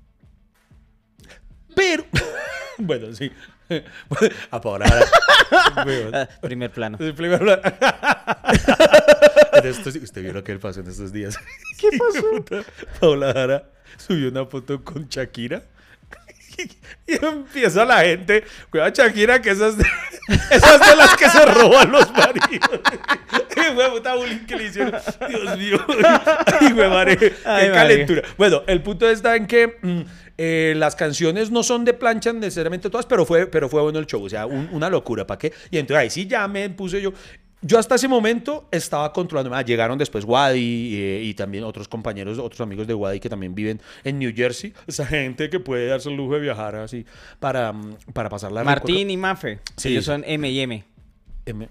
Pero, bueno, sí. A Paola Jara. Ah, primer plano. Sí, primero la- En estos- usted vio lo que él pasó en estos días. ¿Qué pasó? Paola Jara subió una foto con Shakira. Y empieza la gente, cuidado Shakira, que esas de, esas de las que se roban los maridos. Y fue puta bullying que le hicieron. Dios mío. Y fue madre, qué Ay, madre. calentura. Bueno, el punto está en que mm, eh, las canciones no son de plancha necesariamente todas, pero fue, pero fue bueno el show. O sea, un- una locura, ¿para qué? Y entonces ahí sí ya me puse yo. Yo hasta ese momento estaba controlando. Ah, llegaron después Wadi eh, y también otros compañeros, otros amigos de Wadi que también viven en New Jersey. Esa gente que puede darse el lujo de viajar así para, mm, para pasarla rico. Martín y Mafe. Sí, Ellos sí. son M y M. M.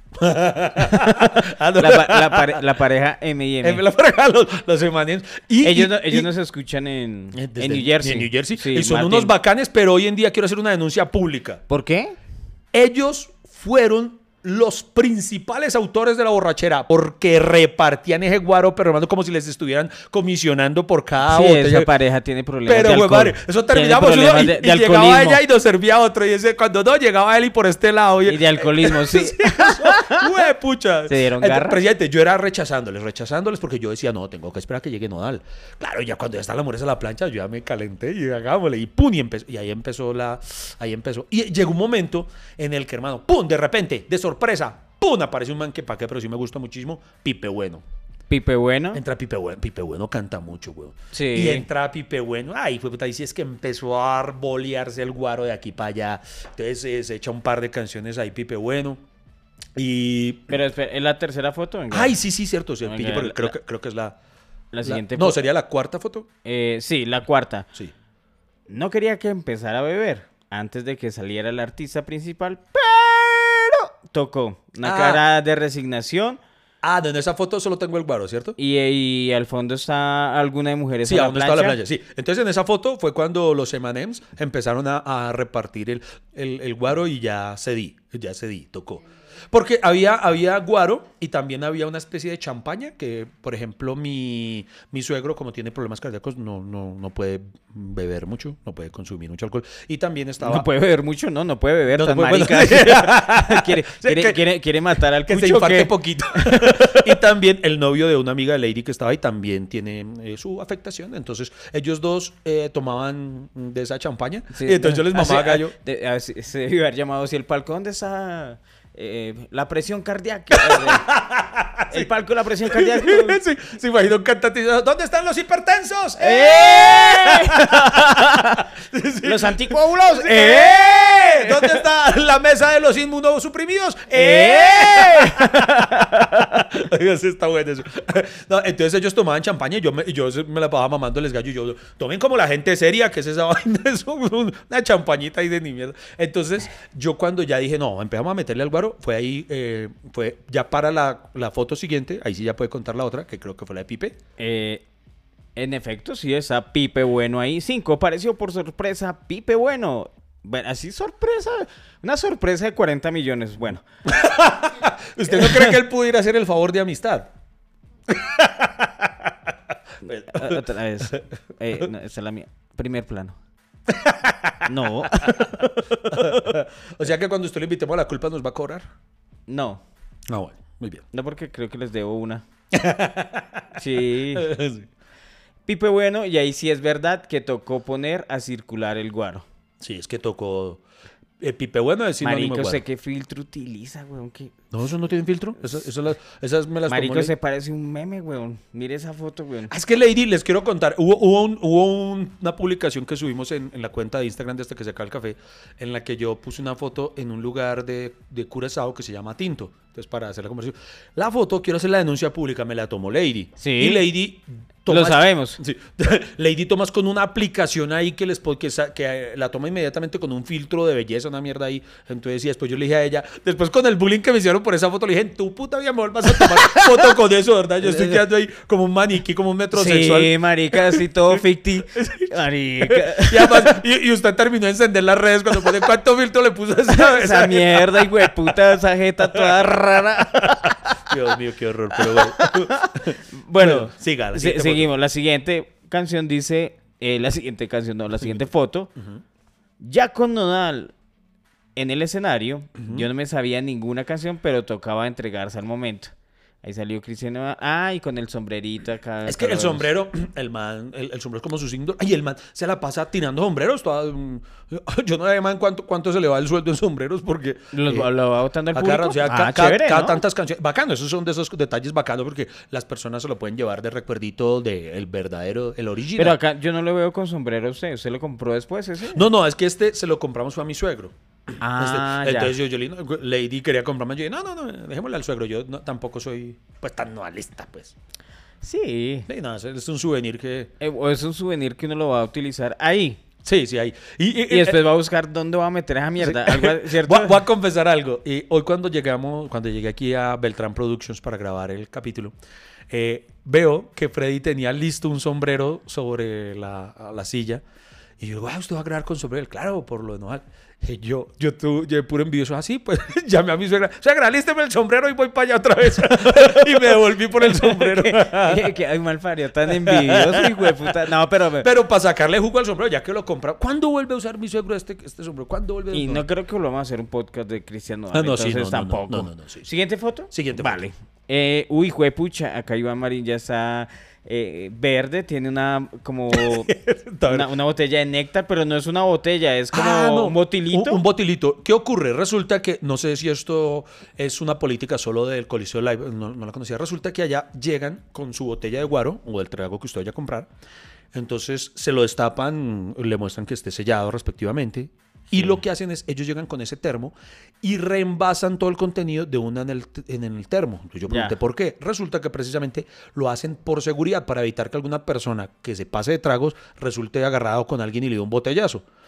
Ah, no. La, pa- la pare- la pareja M y M. M la pareja, los, los emanes. Y, ellos y- no, ellos y- no se escuchan en, eh, desde- en New Jersey. en New Jersey. Sí, y son Martín. unos bacanes, pero hoy en día quiero hacer una denuncia pública. ¿Por qué? Ellos fueron los principales autores de la borrachera porque repartían ese guaro, pero hermano, como si les estuvieran comisionando por cada sí, botella. esa pareja tiene problemas Pero, de güey, alcohol. madre, eso Tiene terminamos uno problemas y, de, y de llegaba alcoholismo. ella y nos servía otro. Y ese, cuando no, llegaba él y por este lado. Y de alcoholismo, sí. Güey, pucha. ¿Se dieron Entonces, garra? Presidente, yo era rechazándoles, rechazándoles porque yo decía, no, tengo que esperar a que llegue Nodal. Claro, ya cuando ya están las mujeres a la plancha, yo ya me calenté y hagámosle. Y pum, y, empezó, y ahí empezó la. Ahí empezó. Y llegó un momento en el que, hermano, pum, de repente, de sorpresa, pum, aparece un man que pa' qué, pero sí me gusta muchísimo, Pipe Bueno. Pipe Bueno. Entra Pipe Bueno, Pipe Bueno canta mucho, güey. Sí. Y entra Pipe Bueno, ay, fue puta, y si es que empezó a arbolearse el guaro de aquí para allá. Entonces eh, se echa un par de canciones ahí, Pipe Bueno. Y. Pero espera, ¿es la tercera foto? Venga. Ay, sí, sí, cierto. Sí, Venga, pille, porque la- creo, la- que, creo que es la. La siguiente No, foto. sería la cuarta foto. Eh, sí, la cuarta. Sí. No quería que empezara a beber antes de que saliera el artista principal, pero tocó una Ah. cara de resignación Ah, no, en esa foto solo tengo el guaro, ¿cierto? y, y al fondo está alguna de mujeres Sí, a la aún plancha. estaba la plancha, sí. Entonces en esa foto fue cuando los eme and eme's empezaron a, a repartir el, el, el guaro y ya cedí, ya cedí, tocó. Porque había, había guaro y también había una especie de champaña que, por ejemplo, mi, mi suegro, como tiene problemas cardíacos, no, no, no puede beber mucho, no puede consumir mucho alcohol. Y también estaba... No puede beber mucho, no, no puede beber No, tan no puede- marica. quiere, quiere, que- quiere, quiere matar al que se cucho, infarte ¿qué? poquito. Y también el novio de una amiga de Lady que estaba ahí también tiene eh, su afectación. Entonces, ellos dos eh, tomaban de esa champaña. Sí, y entonces yo les mamaba así, gallo. de- así- se debió haber llamado así el palco. ¿Dónde está eh, la presión cardíaca? El, el palco de la presión cardíaca. Sí, se imagina un cantante diciendo, ¿dónde están los hipertensos? ¡Eh! Los anticoágulos. ¡Eh! ¿Dónde está la mesa de los inmunosuprimidos? ¡Eh! Oiga, sí está bueno eso. No, entonces ellos tomaban champaña y yo me, y yo me la pasaba mamándoles gallo y yo, tomen como la gente seria, que es esa vaina, es una champañita ahí de ni mierda. Entonces yo cuando ya dije, no, empezamos a meterle al guaro, fue ahí, eh, fue ya para la, la foto siguiente, ahí sí ya puede contar la otra, que creo que fue la de Pipe. Eh, en efecto, sí, está Pipe Bueno ahí. Cinco, apareció por sorpresa Pipe Bueno. Bueno, así sorpresa. Una sorpresa de cuarenta millones. Bueno. ¿Usted no cree que él pudiera hacer el favor de amistad? O- Otra vez. Eh, no, esa es la mía. Primer plano. No. O sea que cuando usted le invitemos a la culpa nos va a cobrar. No. Ah, bueno, muy bien. No, porque creo que les debo una. Sí. Sí. Pipe Bueno, y ahí sí es verdad que tocó poner a circular el guaro. Sí, es que tocó eh, Pipe Bueno es sinónimo Marico, de guaro. sé qué filtro utiliza, weón. Que... No, eso no tiene filtro. Esas, esas, las- esas me las tomó Marico, Lady. se parece un meme, weón. Mire esa foto, weón. Ah, es que Lady, les quiero contar, hubo, hubo, un- hubo un- una publicación que subimos en, en la cuenta de Instagram de Hasta que se acaba el café, en la que yo puse una foto en un lugar de, de Curazao que se llama Tinto. Entonces, para hacer la conversación. La foto, quiero hacer la denuncia pública, me la tomó Lady. Sí. Y Lady... Lo sabemos. Sí. Lady tomas con una aplicación ahí que les po- que, sa- que eh, la toma inmediatamente con un filtro de belleza, una mierda ahí. Entonces, y después yo le dije a ella, después con el bullying que me hicieron por esa foto, le dije, tu puta vida me vuelvas a tomar foto con eso, ¿verdad? Yo estoy quedando ahí como un maniquí, como un metrosexual. Sí, marica, así todo ficti. Marica. Y, además, y, y usted terminó de encender las redes cuando pone cuánto filtro le puso a esa, Esa mierda, y puta, esa jeta toda rara. Dios mío, qué horror, pero bueno. Bueno, Bueno, siga, la se- siguiente foto. seguimos. La siguiente canción dice, eh, la siguiente canción, no, la siguiente foto. Ya con Nodal en el escenario, yo no me sabía ninguna canción, pero tocaba entregarse al momento. Ahí salió Cristian Nodal. Ah, y con el sombrerito acá. Es que el Carlos. sombrero, el man, el, el sombrero es como su signo. Y el man se la pasa tirando sombreros. Toda, mm, yo no sé, man, cuánto, cuánto se le va el sueldo en sombreros porque... ¿Los- eh, ¿Lo va botando el a público? cada, o sea, Ah, ca- ca- chévere, cada ¿no? tantas canciones. Bacano, esos son de esos detalles bacanos porque las personas se lo pueden llevar de recuerdito del verdadero, el original. Pero acá yo no lo veo con sombrero a usted. ¿Usted lo compró después ese? No, no, es que este se lo compramos fue a mi suegro. Ah, Este, ya. entonces yo, yo le- Lady quería comprarme. Yo dije, no, no, no, dejémosle al suegro. Yo no- tampoco soy pues tan noalista, pues. Sí. Sí, no, es, es un souvenir que... Eh, o es un souvenir que uno lo va a utilizar ahí. Sí, sí, hay. Y, y- Y después va a buscar dónde va a meter esa mierda. Algo, ¿cierto? Voy, a- voy a confesar algo. Y hoy cuando llegamos, cuando llegué aquí a Beltrán Productions para grabar el capítulo, eh, veo que Freddy tenía listo un sombrero sobre la, la silla. Y yo digo, ah, ¿usted va a grabar con sombrero? Claro, por lo normal. Y yo, yo, tu, yo de puro envidioso, así, pues llamé a mi suegra. Suegra, lísteme el sombrero y voy para allá otra vez. Y me devolví por el sombrero. que, que hay malfario tan envidioso, hijo de puta. No, pero... Pero para sacarle jugo al sombrero, ya que lo compra. ¿Cuándo vuelve a usar mi suegro este, este sombrero? ¿Cuándo vuelve a Y no creo que volvamos a hacer un podcast de Cristiano Ah, no, sí, entonces no, no, no, tampoco. no, no, no, sí, sí. ¿Siguiente foto? Siguiente foto. Vale. Eh, uy, juepucha, acá Iván Marín ya está eh, verde, tiene una como una, una botella de néctar, pero no es una botella, es como Ah, no. un botilito. Un, un botilito. ¿Qué ocurre? Resulta que, no sé si esto es una política solo del Coliseo Live, no, no la conocía. Resulta que allá llegan con su botella de guaro o del trago que usted vaya a comprar. Entonces se lo destapan, le muestran que esté sellado respectivamente. Y lo que hacen es, ellos llegan con ese termo y reenvasan todo el contenido de una en el, en el termo. Entonces yo pregunté Ya. por qué. Resulta que precisamente lo hacen por seguridad, para evitar que alguna persona que se pase de tragos resulte agarrado con alguien y le dé un botellazo.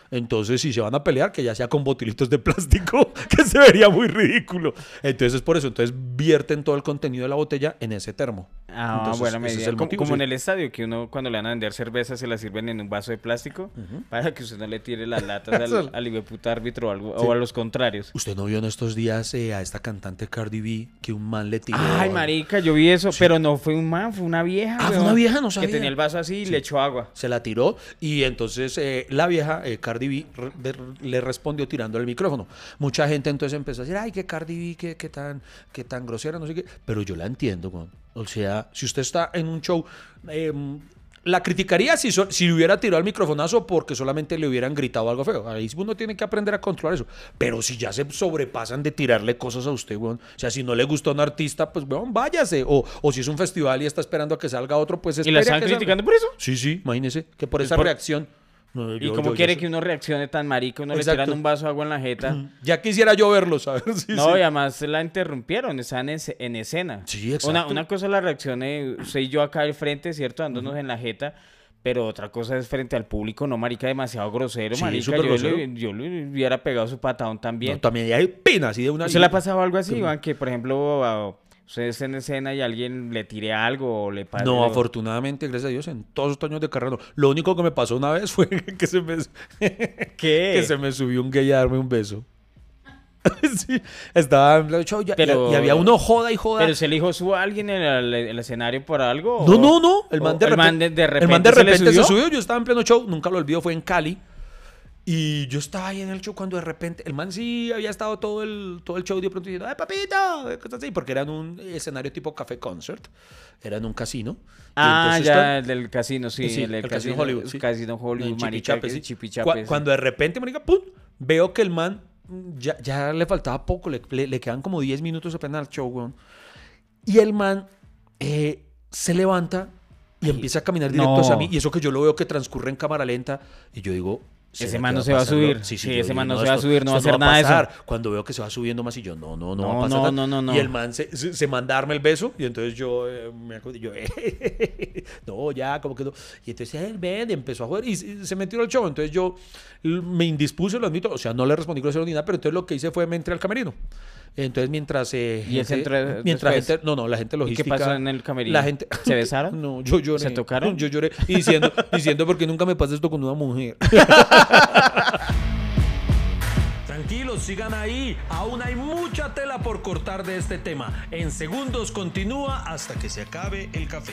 Entonces, si se van a pelear, que ya sea con botilitos de plástico, que se vería muy ridículo. Entonces, es por eso. Entonces, vierten todo el contenido de la botella en ese termo. Ah, Entonces, buena ese medida. es el como motivo, como sí. en el estadio, que uno cuando le van a vender cerveza se la sirven en un vaso de plástico para que usted no le tire las latas Eso. al, al hijueputa árbitro o, algo, Sí. o a los contrarios. ¿Usted no vio en estos días eh, a esta cantante Cardi B que un man le tiró? Ay, marica, yo vi eso, pero no fue un man, fue una vieja. Ah, fue weón, una vieja, no sabía. Que tenía el vaso así y le echó agua. Se la tiró y entonces eh, la vieja, eh, Cardi B, re- de- le respondió tirando el micrófono. Mucha gente entonces empezó a decir, ay, que Cardi B, que, que tan, que tan grosera, no sé qué. Pero yo la entiendo, weón. O sea, si usted está en un show, eh, la criticaría si, so- si le hubiera tirado el microfonazo porque solamente le hubieran gritado algo feo. Ahí uno tiene que aprender a controlar eso. Pero si ya se sobrepasan de tirarle cosas a usted, weón. O sea, si no le gustó a un artista, pues, weón, váyase. O, o si es un festival y está esperando a que salga otro, pues ¿Y espere la a están que salga. criticando por eso? Sí, sí, imagínese que por Es esa por- reacción. no, ¿Y yo- cómo yo- quiere yo que uno reaccione tan marico? Uno Exacto. le tiran un vaso de agua en la jeta. Ya quisiera yo verlo, ¿sabes? Sí, No, sí. y además la interrumpieron, están en, esce- en escena. Sí, exacto. Una, una cosa es la reacción de usted y yo acá al frente, ¿cierto? Dándonos en la jeta, pero otra cosa es frente al público, no, marica, demasiado grosero, Sí, marica. súper Yo grosero. le, yo le hubiera pegado su patadón también. No, también hay pena así de una. ¿Se le ha pasado algo así, Iván? Que, por ejemplo, a- usted está en escena y alguien le tire algo o le pase... No, o- afortunadamente, gracias a Dios, en todos estos años de carrera no. Lo único que me pasó una vez fue que se me, ¿Qué? que se me subió un gay a darme un beso. Sí, estaba en el show ya- Pero- y, y había uno joda y joda. ¿Pero se le dijo suba a alguien en el, el escenario por algo? No, o- no, no. El man o de el repente, man de- de el man de repente se le repente se subió? subió. Yo estaba en pleno show, nunca lo olvido, fue en Cali. Y yo estaba ahí en el show cuando de repente el man sí había estado todo el, todo el show de pronto diciendo, ¡ay, papito! Cosas así, porque era en un escenario tipo café concert. Era en un casino. Y Ah, entonces ya, está- el del casino, sí. Sí, el del el Casino Hollywood, sí. Casino Hollywood, en marica, Chipichape, que- sí. Chipichape, Cu- sí. Cuando de repente, marica, ¡pum! Veo que el man ya, ya le faltaba poco, le, le, le quedan como diez minutos apenas al show, weón. Y el man eh, se levanta y empieza a caminar directo no. hacia mí. Y eso que yo lo veo que transcurre en cámara lenta. Y yo digo... Ese ¿será man que no se va a pasarlo? subir. Sí, sí, Sí, yo ese digo, man no se va a esto- subir, no va a esto hacer nada de eso. pasar. Cuando veo que se va subiendo más y yo, no, no, no, No, va a pasar no, nada. no, no, no. Y el man se, se, se manda a darme el beso. Y entonces yo eh, me acuerdo, y yo, eh, no, ya, como que no. Y entonces él, ven, empezó a jugar y se se metió al show. Entonces yo l- me indispuse, lo admito. O sea, no le respondí grosero ni nada, pero entonces lo que hice fue me entré al camerino. Entonces mientras... Eh, ¿Y él se gente- entró mientras después? gente, no, no, la gente ¿Y logística... qué pasó en el camerino? La gente... ¿Se besaron? No, yo lloré. ¿Se tocaron? Yo lloré. Y diciendo, diciendo porque nunca me pasa esto con una mujer. Tranquilos, sigan ahí. Aún hay mucha tela por cortar de este tema. En segundos continúa hasta que se acabe el café.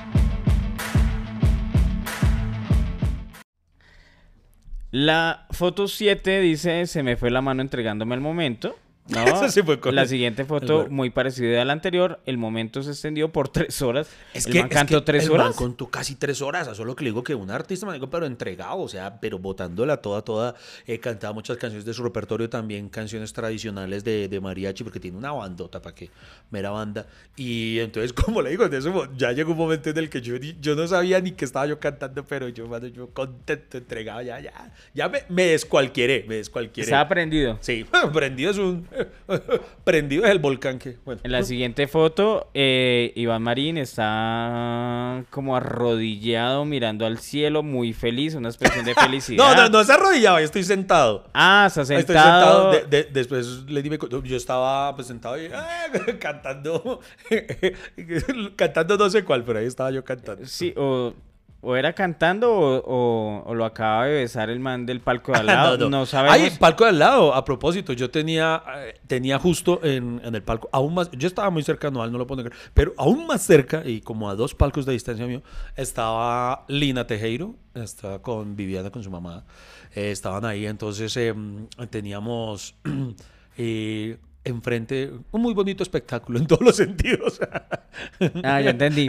La foto siete dice, se me fue la mano entregándome el momento. No, Eso sí fue con- la siguiente foto, el güero. muy parecida a la anterior, el momento se extendió por tres horas. Es el que, man es cantó que tres el horas. man contó casi tres horas. Eso es lo que le digo que un artista, me digo, pero entregado, o sea, pero botándola toda, toda. Eh, cantaba muchas canciones de su repertorio, también canciones tradicionales de, de mariachi, porque tiene una bandota, para que mera banda. Y entonces, como le digo, de eso, ya llegó un momento en el que yo, ni- yo no sabía ni que estaba yo cantando, pero yo, mano, yo contento, entregado, ya, ya, ya me, me descualquieré, me descualquieré. Estaba prendido. Sí, prendido es un... prendido es el volcán que... Bueno. En la siguiente foto, eh, Iván Marín está como arrodillado mirando al cielo, muy feliz, una expresión de felicidad. No, no, no se arrodillaba, yo estoy sentado. Ah, está Estoy sentado. sentado. de- de- después le di, yo estaba pues, sentado y ah, cantando, cantando no sé cuál, pero ahí estaba yo cantando. Sí, o, o era cantando o, o- o lo acaba de besar el man del palco de al lado. no, sabemos. Ay, palco de al lado, a propósito, yo tenía, eh, tenía justo en, en el palco, aún más, yo estaba muy cercano a él, no lo puedo negar, pero aún más cerca y como a dos palcos de distancia mío, estaba Lina Tejero, estaba con Viviana, con su mamá, eh, estaban ahí, entonces eh, teníamos eh, enfrente un muy bonito espectáculo en todos los sentidos. Ah, ya entendí.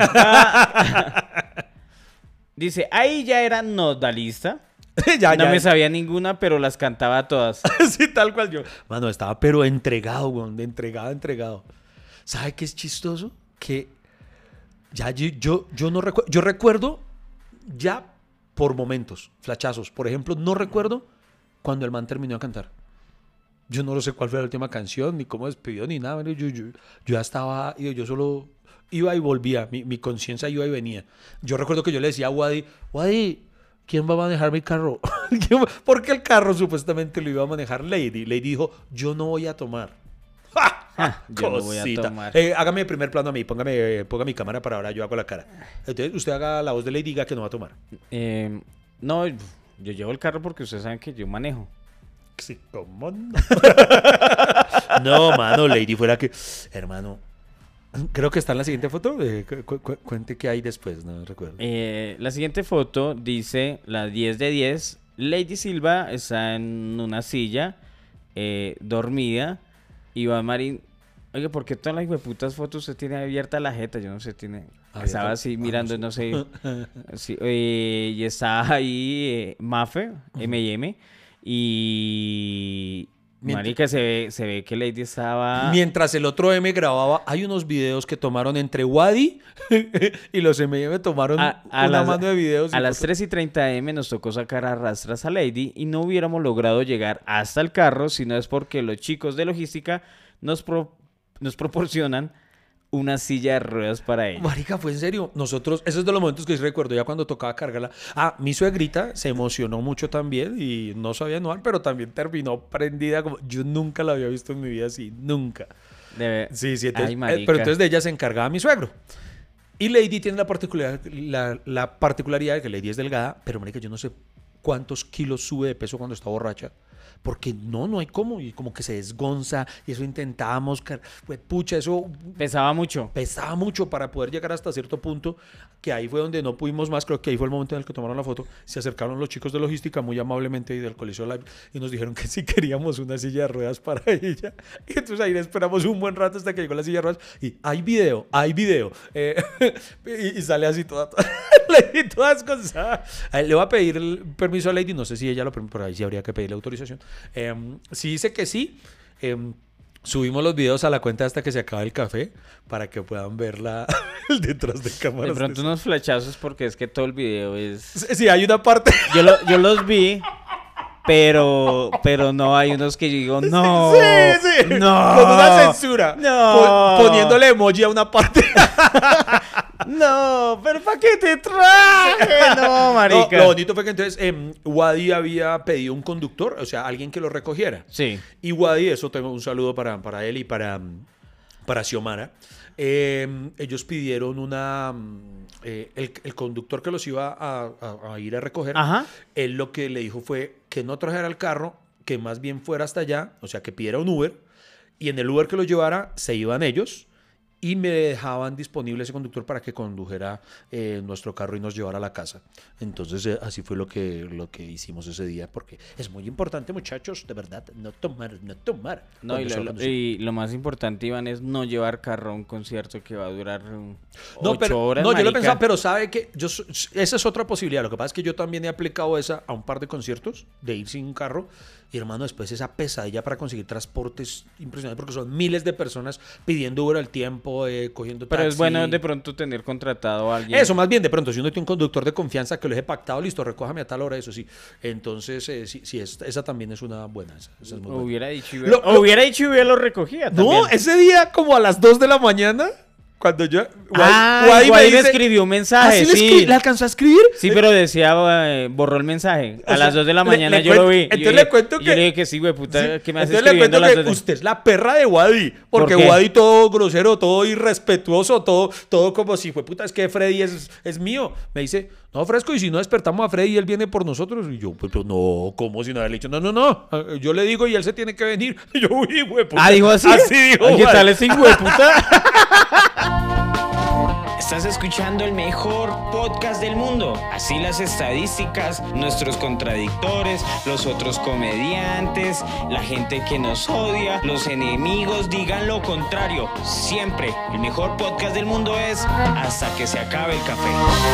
Dice, ahí ya era nodalista. ya, no ya. me sabía ninguna, pero las cantaba todas. Sí, tal cual yo. Mano, estaba pero entregado, weón, de entregado, entregado. ¿Sabe qué es chistoso? Que ya yo, yo, yo no recuerdo, yo recuerdo ya por momentos, flachazos. Por ejemplo, no recuerdo cuando el man terminó de cantar. Yo no lo sé cuál fue la última canción, ni cómo despidió, ni nada. Yo, yo, yo ya estaba, yo, yo solo iba y volvía, mi, mi conciencia iba y venía. Yo recuerdo que yo le decía a Wadi, Wadi, ¿quién va a manejar mi carro? Porque el carro supuestamente lo iba a manejar Lady. Lady dijo, yo no voy a tomar. Ah, yo no voy a Cosita. tomar. Eh, hágame el primer plano a mí, póngame, ponga mi cámara para ahora, yo hago la cara. Entonces usted haga la voz de Lady y diga que no va a tomar. Eh, no, yo llevo el carro porque ustedes saben que yo manejo. Sí, ¿cómo no? No, mano, Lady fuera que... Hermano, creo que está en la siguiente foto. Eh, cu cu cuente qué hay después, no recuerdo. Eh, la siguiente foto dice las diez de diez. Lady Silva está en una silla, eh, dormida. Iván Marín, oye, ¿por qué todas las hijueputas fotos usted tiene abierta la jeta? Yo no sé, tiene... Abierta. Estaba así Ah, mirando, no no sé. Sí, eh, y está ahí eh, Mafe, M y M. Y... Mient- Marica, se ve, se ve que Lady estaba... Mientras el otro M grababa, hay unos videos que tomaron entre Wadi y los M y M tomaron A, a una las, mano de videos. y a las fotos. tres y treinta eme nos tocó sacar a rastras a Lady y no hubiéramos logrado llegar hasta el carro si no es porque los chicos de logística nos, pro- nos proporcionan una silla de ruedas para ella. Marica, fue en serio. Nosotros, esos es de los momentos que sí recuerdo, ya cuando tocaba cargarla. Ah, mi suegrita se emocionó mucho también y no sabía anual, pero también terminó prendida como... Yo nunca la había visto en mi vida así, nunca. De- Sí, sí, entonces, Ay, eh, marica. pero entonces de ella se encargaba mi suegro. Y Lady tiene la particularidad, la, la particularidad de que Lady es delgada, pero marica, yo no sé cuántos kilos sube de peso cuando está borracha. Porque no, no hay cómo, y como que se desgonza, y eso intentábamos, car- pues, pucha, eso Pesaba mucho. pesaba mucho para poder llegar hasta cierto punto, que ahí fue donde no pudimos más, creo que ahí fue el momento en el que tomaron la foto, se acercaron los chicos de logística muy amablemente y del Coliseo Live, y nos dijeron que si queríamos una silla de ruedas para ella, y entonces ahí esperamos un buen rato hasta que llegó la silla de ruedas, y hay video, hay video, eh, y, y sale así toda, toda Lady toda descansada. A él le va a pedir el permiso a Lady, no sé si ella lo permite, pero ahí sí habría que pedirle autorización. Eh, si dice que sí, eh, subimos los videos a la cuenta hasta que se acabe el café para que puedan verla detrás de cámaras. De pronto unos flechazos porque es que todo el video es... Sí, hay una parte. Yo, lo- yo los vi, pero pero no hay unos que yo digo, no, Sí, sí. no. Con una censura. No. Po- poniéndole emoji a una parte. No, pero ¿para qué te traje? No, No, marica. lo bonito fue que entonces eh, Wadi había pedido un conductor, o sea, alguien que lo recogiera. Sí. Y Wadi, eso tengo un saludo para, para él y para, para Xiomara. Eh, ellos pidieron una... eh, el, el conductor que los iba a, a- a ir a recoger, Ajá. él lo que le dijo fue que no trajera el carro, que más bien fuera hasta allá, o sea, que pidiera un Uber, y en el Uber que los llevara se iban ellos, y me dejaban disponible ese conductor para que condujera eh, nuestro carro y nos llevara a la casa. Entonces eh, así fue lo que, lo que hicimos ese día, porque es muy importante, muchachos, de verdad, no tomar, no tomar. No, y cuando se va lo, a lo- conducir. y lo más importante, Iván, es no llevar carro a un concierto que va a durar um, No, ocho pero, horas, no yo lo marica. pensaba, pero sabe que yo, so- esa es otra posibilidad. Lo que pasa es que yo también he aplicado esa a un par de conciertos, de ir sin un carro. Y hermano, después esa pesadilla para conseguir transportes impresionante, porque son miles de personas pidiendo Uber al tiempo, eh, cogiendo Pero taxi. es bueno de pronto tener contratado a alguien. Eso, más bien, de pronto, si uno tiene un conductor de confianza que lo deje pactado, listo, recójame a tal hora, eso sí. Entonces, eh, sí, sí, es- esa también es una buena. Esa, esa es muy buena. Hubiera dicho y Lo- hubiera, lo- hubiera dicho y hubiera lo recogía también. No, ese día, como a las dos de la mañana, cuando yo. Ah, Wadi igual me me dice- escribió un ¿Ah, mensaje, sí le, sí. escri- le alcanzó a escribir? Sí, pero decía, eh, borró el mensaje. O A sea, las dos de la le- mañana le yo lo cuento- vi. entonces Yo le dije- cuento Yo que- le dije que sí, güey, puta, Sí. que me hace Entonces le escribiendo cuento a las que dos de- usted es la perra de Wadi, porque qué? Wadi todo grosero, todo irrespetuoso, todo, todo como si fue puta, es que Freddy es, es mío. Me dice, no, Fresco, y si no despertamos a Freddy y él viene por nosotros. Y yo, pues, pues, no, ¿cómo si no haberle dicho? No, no, no, yo le digo y él se tiene que venir. Y yo, uy, güey, puta. Ah, dijo así. Así dijo. Ay, ¿qué Wadi. tal ese hijo de puta? Estás escuchando el mejor podcast del mundo. Así las estadísticas, nuestros contradictores, los otros comediantes, la gente que nos odia, los enemigos digan lo contrario. Siempre el mejor podcast del mundo es Hasta que se acabe el café.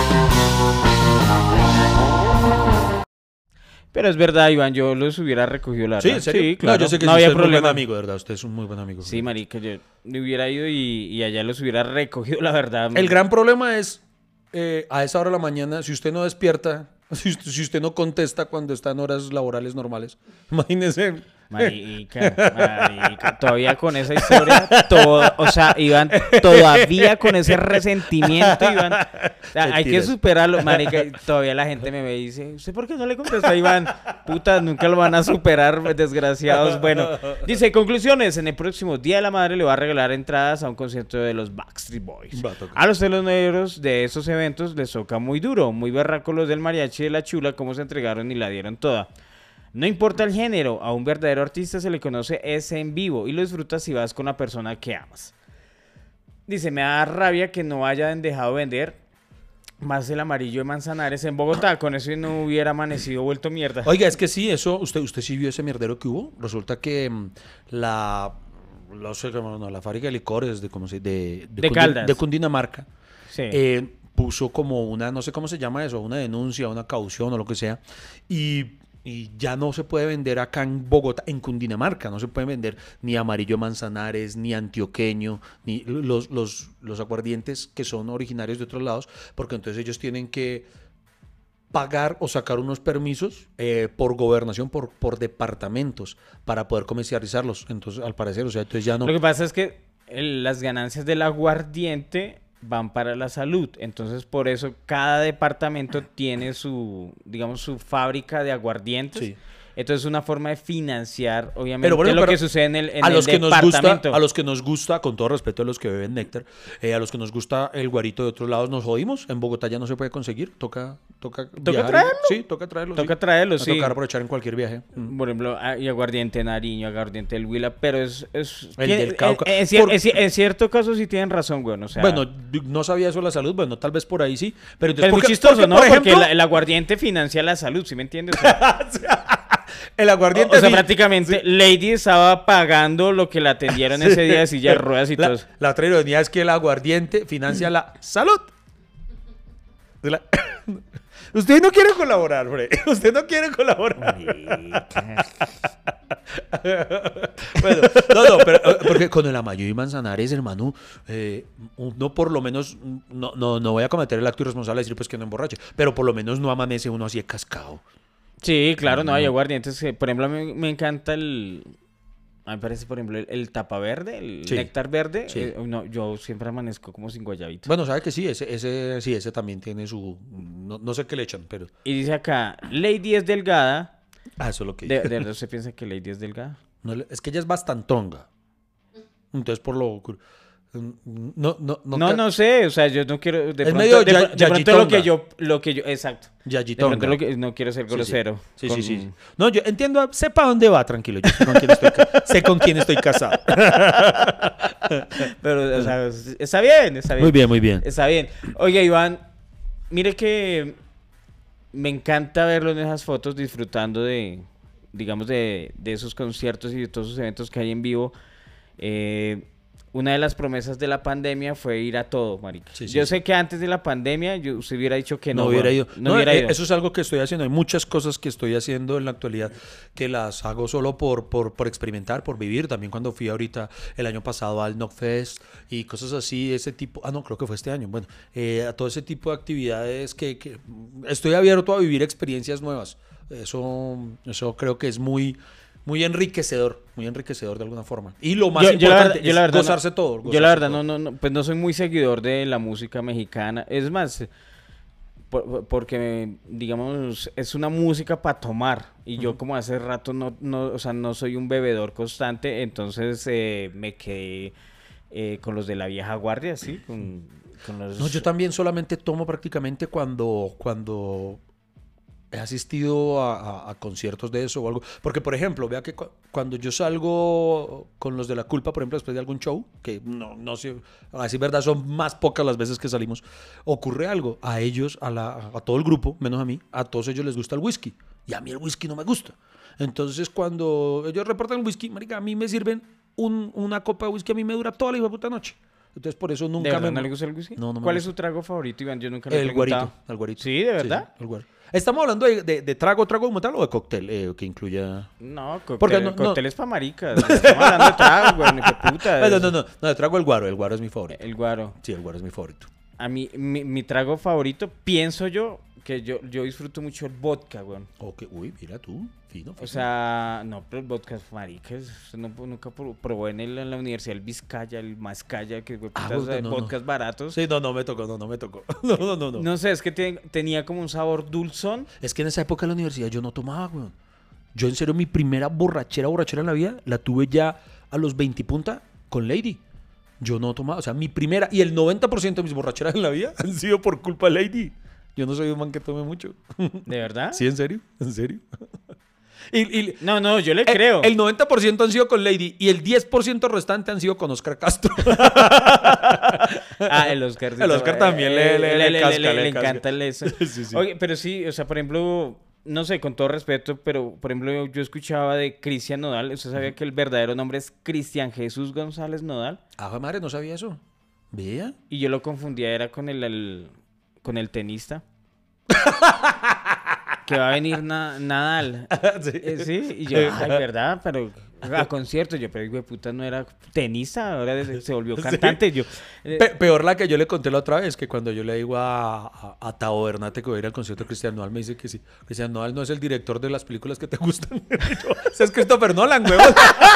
Pero es verdad, Iván, yo los hubiera recogido la Sí, verdad. ¿en serio? Sí, claro. No, yo sé que no sí, había usted es muy problema. buen amigo, de verdad. Usted es un muy buen amigo. Sí, marica, yo me hubiera ido y, y allá los hubiera recogido, la verdad. El gran problema es, eh, a esa hora de la mañana, si usted no despierta, si usted, si usted no contesta cuando está en horas laborales normales, imagínese Marica, marica, todavía con esa historia, todo, o sea, Iván, todavía con ese resentimiento, Iván, o sea, hay que superarlo, marica, todavía la gente me ve y dice, ¿usted por qué no le contesta a Iván? Puta, nunca lo van a superar, desgraciados. Bueno, dice, conclusiones, en el próximo Día de la Madre le va a regalar entradas a un concierto de los Backstreet Boys. A los teloneros de esos eventos les toca muy duro, muy berraco los del mariachi de la chula, cómo se entregaron y la dieron toda. No importa el género, a un verdadero artista se le conoce ese en vivo y lo disfrutas si vas con la persona que amas. Dice, me da rabia que no hayan dejado vender más el amarillo de Manzanares en Bogotá, con eso no hubiera amanecido vuelto mierda. Oiga, es que sí, eso, usted, usted sí vio ese mierdero que hubo. Resulta que mm, la, no sé, cómo, no, la fábrica de licores de, ¿cómo se, de, de, de, Cundi- Caldas. de Cundinamarca Sí. eh, puso como una, no sé cómo se llama eso, una denuncia, una caución o lo que sea, y... Y ya no se puede vender acá en Bogotá, en Cundinamarca, no se puede vender ni amarillo Manzanares, ni antioqueño, ni los, los, los aguardientes que son originarios de otros lados, porque entonces ellos tienen que pagar o sacar unos permisos eh, por gobernación, por, por departamentos, para poder comercializarlos. Entonces, al parecer, o sea, entonces ya no... Lo que pasa es que el- las ganancias del aguardiente van para la salud, entonces por eso cada departamento tiene su, digamos, su fábrica de aguardientes. Sí. Entonces es una forma de financiar, obviamente, Pero bueno, lo pero que sucede en el, en a el los que nos gusta, departamento. a los que nos gusta, con todo respeto a los que beben néctar, eh, a los que nos gusta el guarito de otros lados, nos jodimos. En Bogotá ya no se puede conseguir, toca, toca, viajar y- traerlo? Sí, toca traerlo. Toca sí. traerlo, Va a sí. tocar aprovechar en cualquier viaje. Mm. Por ejemplo, hay aguardiente Nariño, aguardiente del Huila, pero es... es El tiene- del Cauca. En, en cier- Por- en cier- en cierto caso sí tienen razón, güey, o sea... Bueno, no sabía eso de la salud, bueno, tal vez por ahí sí. Pero entonces, es muy ¿por qué- chistoso, por qué, ¿no? por Porque ejemplo, la- el aguardiente financia la salud, ¿sí me entiendes? O sea, el aguardiente... o sea, sí. prácticamente Lady estaba pagando lo que la atendieron ese día de silla de ruedas y todo La, eso. la otra ironía es que el aguardiente financia la salud. La- Usted no quiere colaborar, hombre. Usted no quiere colaborar. Bueno, no, no, pero eh, porque con el amarillo y Manzanares, hermano, eh, uno por lo menos, no, no, no voy a cometer el acto irresponsable de decir pues que no emborrache, pero por lo menos no amanece uno así de cascado. Sí, claro, no, hay aguardientes que, por ejemplo, a mí me encanta el... A mí me parece, por ejemplo, el, el tapa verde, el Sí. néctar verde. Sí. eh, no, yo siempre amanezco como sin guayabito. Bueno, sabe que sí, ese, ese, sí, ese también tiene su, no, no sé qué le echan, pero, Y dice acá, Lady es delgada. ah, eso es lo que ¿De, de verdad usted piensa que Lady es delgada? No le- es que ella es bastantonga. Entonces, por lo... No, no, no. No, ca- no sé, o sea, yo no quiero... De Es pronto, medio de, ya- de pronto lo yayitonga. que yo... Lo que yo exacto. De Yayitonga. pronto lo que... No quiero ser Sí, sí. grosero. Sí, con- sí, sí. No, yo entiendo, sepa dónde va, tranquilo. Yo sé con quién estoy, ca- sé con quién estoy casado. Pero, o sea, está bien, está bien. Muy bien, muy bien. Está bien. Oye, Iván, mire que me encanta verlo en esas fotos disfrutando de, digamos, de, de esos conciertos y de todos esos eventos que hay en vivo. Eh, una de las promesas de la pandemia fue ir a todo, marica. Sí, sí, yo sí. sé que antes de la pandemia yo usted hubiera dicho que no, No, hubiera weón, ido. No, No, hubiera eh, ido. Eso es algo que estoy haciendo. Hay muchas cosas que estoy haciendo en la actualidad que las hago solo por, por, por experimentar, por vivir. También cuando fui ahorita el año pasado al Knockfest y cosas así, ese tipo. Ah, no, creo que fue este año. Bueno, eh, a todo ese tipo de actividades que, que estoy abierto a vivir experiencias nuevas. Eso, eso creo que es muy, muy enriquecedor, muy enriquecedor de alguna forma. Y lo más Yo- yo la importante verdad- yo es la verdad gozarse no- todo. Yo gozarse la verdad todo. no, no, no, pues no soy muy seguidor de la música mexicana. Es más, por- porque digamos es una música para tomar y yo como hace rato no, no, o sea, no soy un bebedor constante, entonces eh, me quedé eh, con los de la vieja guardia, sí, con, con los... No, yo también solamente tomo prácticamente cuando, cuando he asistido a, a- a conciertos de eso o algo. Porque, por ejemplo, vea que cu- cuando yo salgo con los de La Culpa, por ejemplo, después de algún show, que no, no sé, a decir verdad, son más pocas las veces que salimos, ocurre algo. A ellos, a, la, a todo el grupo, menos a mí, a todos ellos les gusta el whisky. Y a mí el whisky no me gusta. Entonces, cuando ellos reportan el whisky, marica, a mí me sirven un- una copa de whisky, a mí me dura toda la hijo de puta noche. Entonces, por eso ¿De nunca verdad me... no le gusta el whisky? No, no me ¿Cuál gusta. es su trago favorito, Iván? Yo nunca le he El preguntado. guarito, el guarito. Sí, ¿de verdad? Sí, el guaro. Estamos hablando de, de- de trago, trago como tal o de cóctel, eh, que incluya... No, cóctel, Porque no- no- cóctel es para maricas. Estamos hablando de trago, güey, ni qué puta. Bueno, no, no, no, de trago el guaro, el guaro es mi favorito. El guaro. Sí, el guaro es mi favorito. A mí, mi, mi trago favorito, pienso yo, que yo, yo disfruto mucho el vodka, weón. Okay. Uy, mira tú, fino, fino. O sea, no, pero el vodka es marica, eso no, nunca pro- probé en, el, en la universidad el Vizcaya, el Mascaya, que fue Ah, putas, vodka, eh, no, vodkas baratos. Sí, no, no me tocó, no, no me tocó. No, no, no, no. No sé, es que te- tenía como un sabor dulzón. Es que en esa época de la universidad yo no tomaba, weón. Yo en serio mi primera borrachera, borrachera en la vida, la tuve ya a los veinte punta con Lady. Yo no tomaba, o sea, mi primera, y el noventa por ciento de mis borracheras en la vida han sido por culpa de Lady. Yo no soy un man que tome mucho. ¿De verdad? ¿Sí, en serio? ¿En serio? y, y- No, no, yo le el, creo. el noventa por ciento han sido con Lady y el diez por ciento restante han sido con Oscar Castro. Ah, el Oscar. El Oscar también le- le- le casca, le le casca. encanta el eso. Sí, sí. Oye, pero sí, o sea, por ejemplo, no sé, con todo respeto, pero por ejemplo, yo escuchaba de Cristian Nodal. ¿Usted sabía que el verdadero nombre es Cristian Jesús González Nodal? Ah, madre, no sabía eso. Vea. Y yo lo confundía, era con el, el- con el tenista. Que va a venir na- Nadal. Sí. Eh, sí, y yo, ay, ¿verdad? Pero a concierto, yo, pero hijo de puta, no era tenista, ahora de- se volvió Sí. cantante. Yo, eh, Pe- peor la que yo le conté la otra vez, que cuando yo le digo a, a, a Tao Bernate que voy a ir al concierto de Cristian Nodal, me dice que sí. Cristian Nodal no es el director de las películas que te gustan. Y yo, ese es Christopher Nolan, huevón.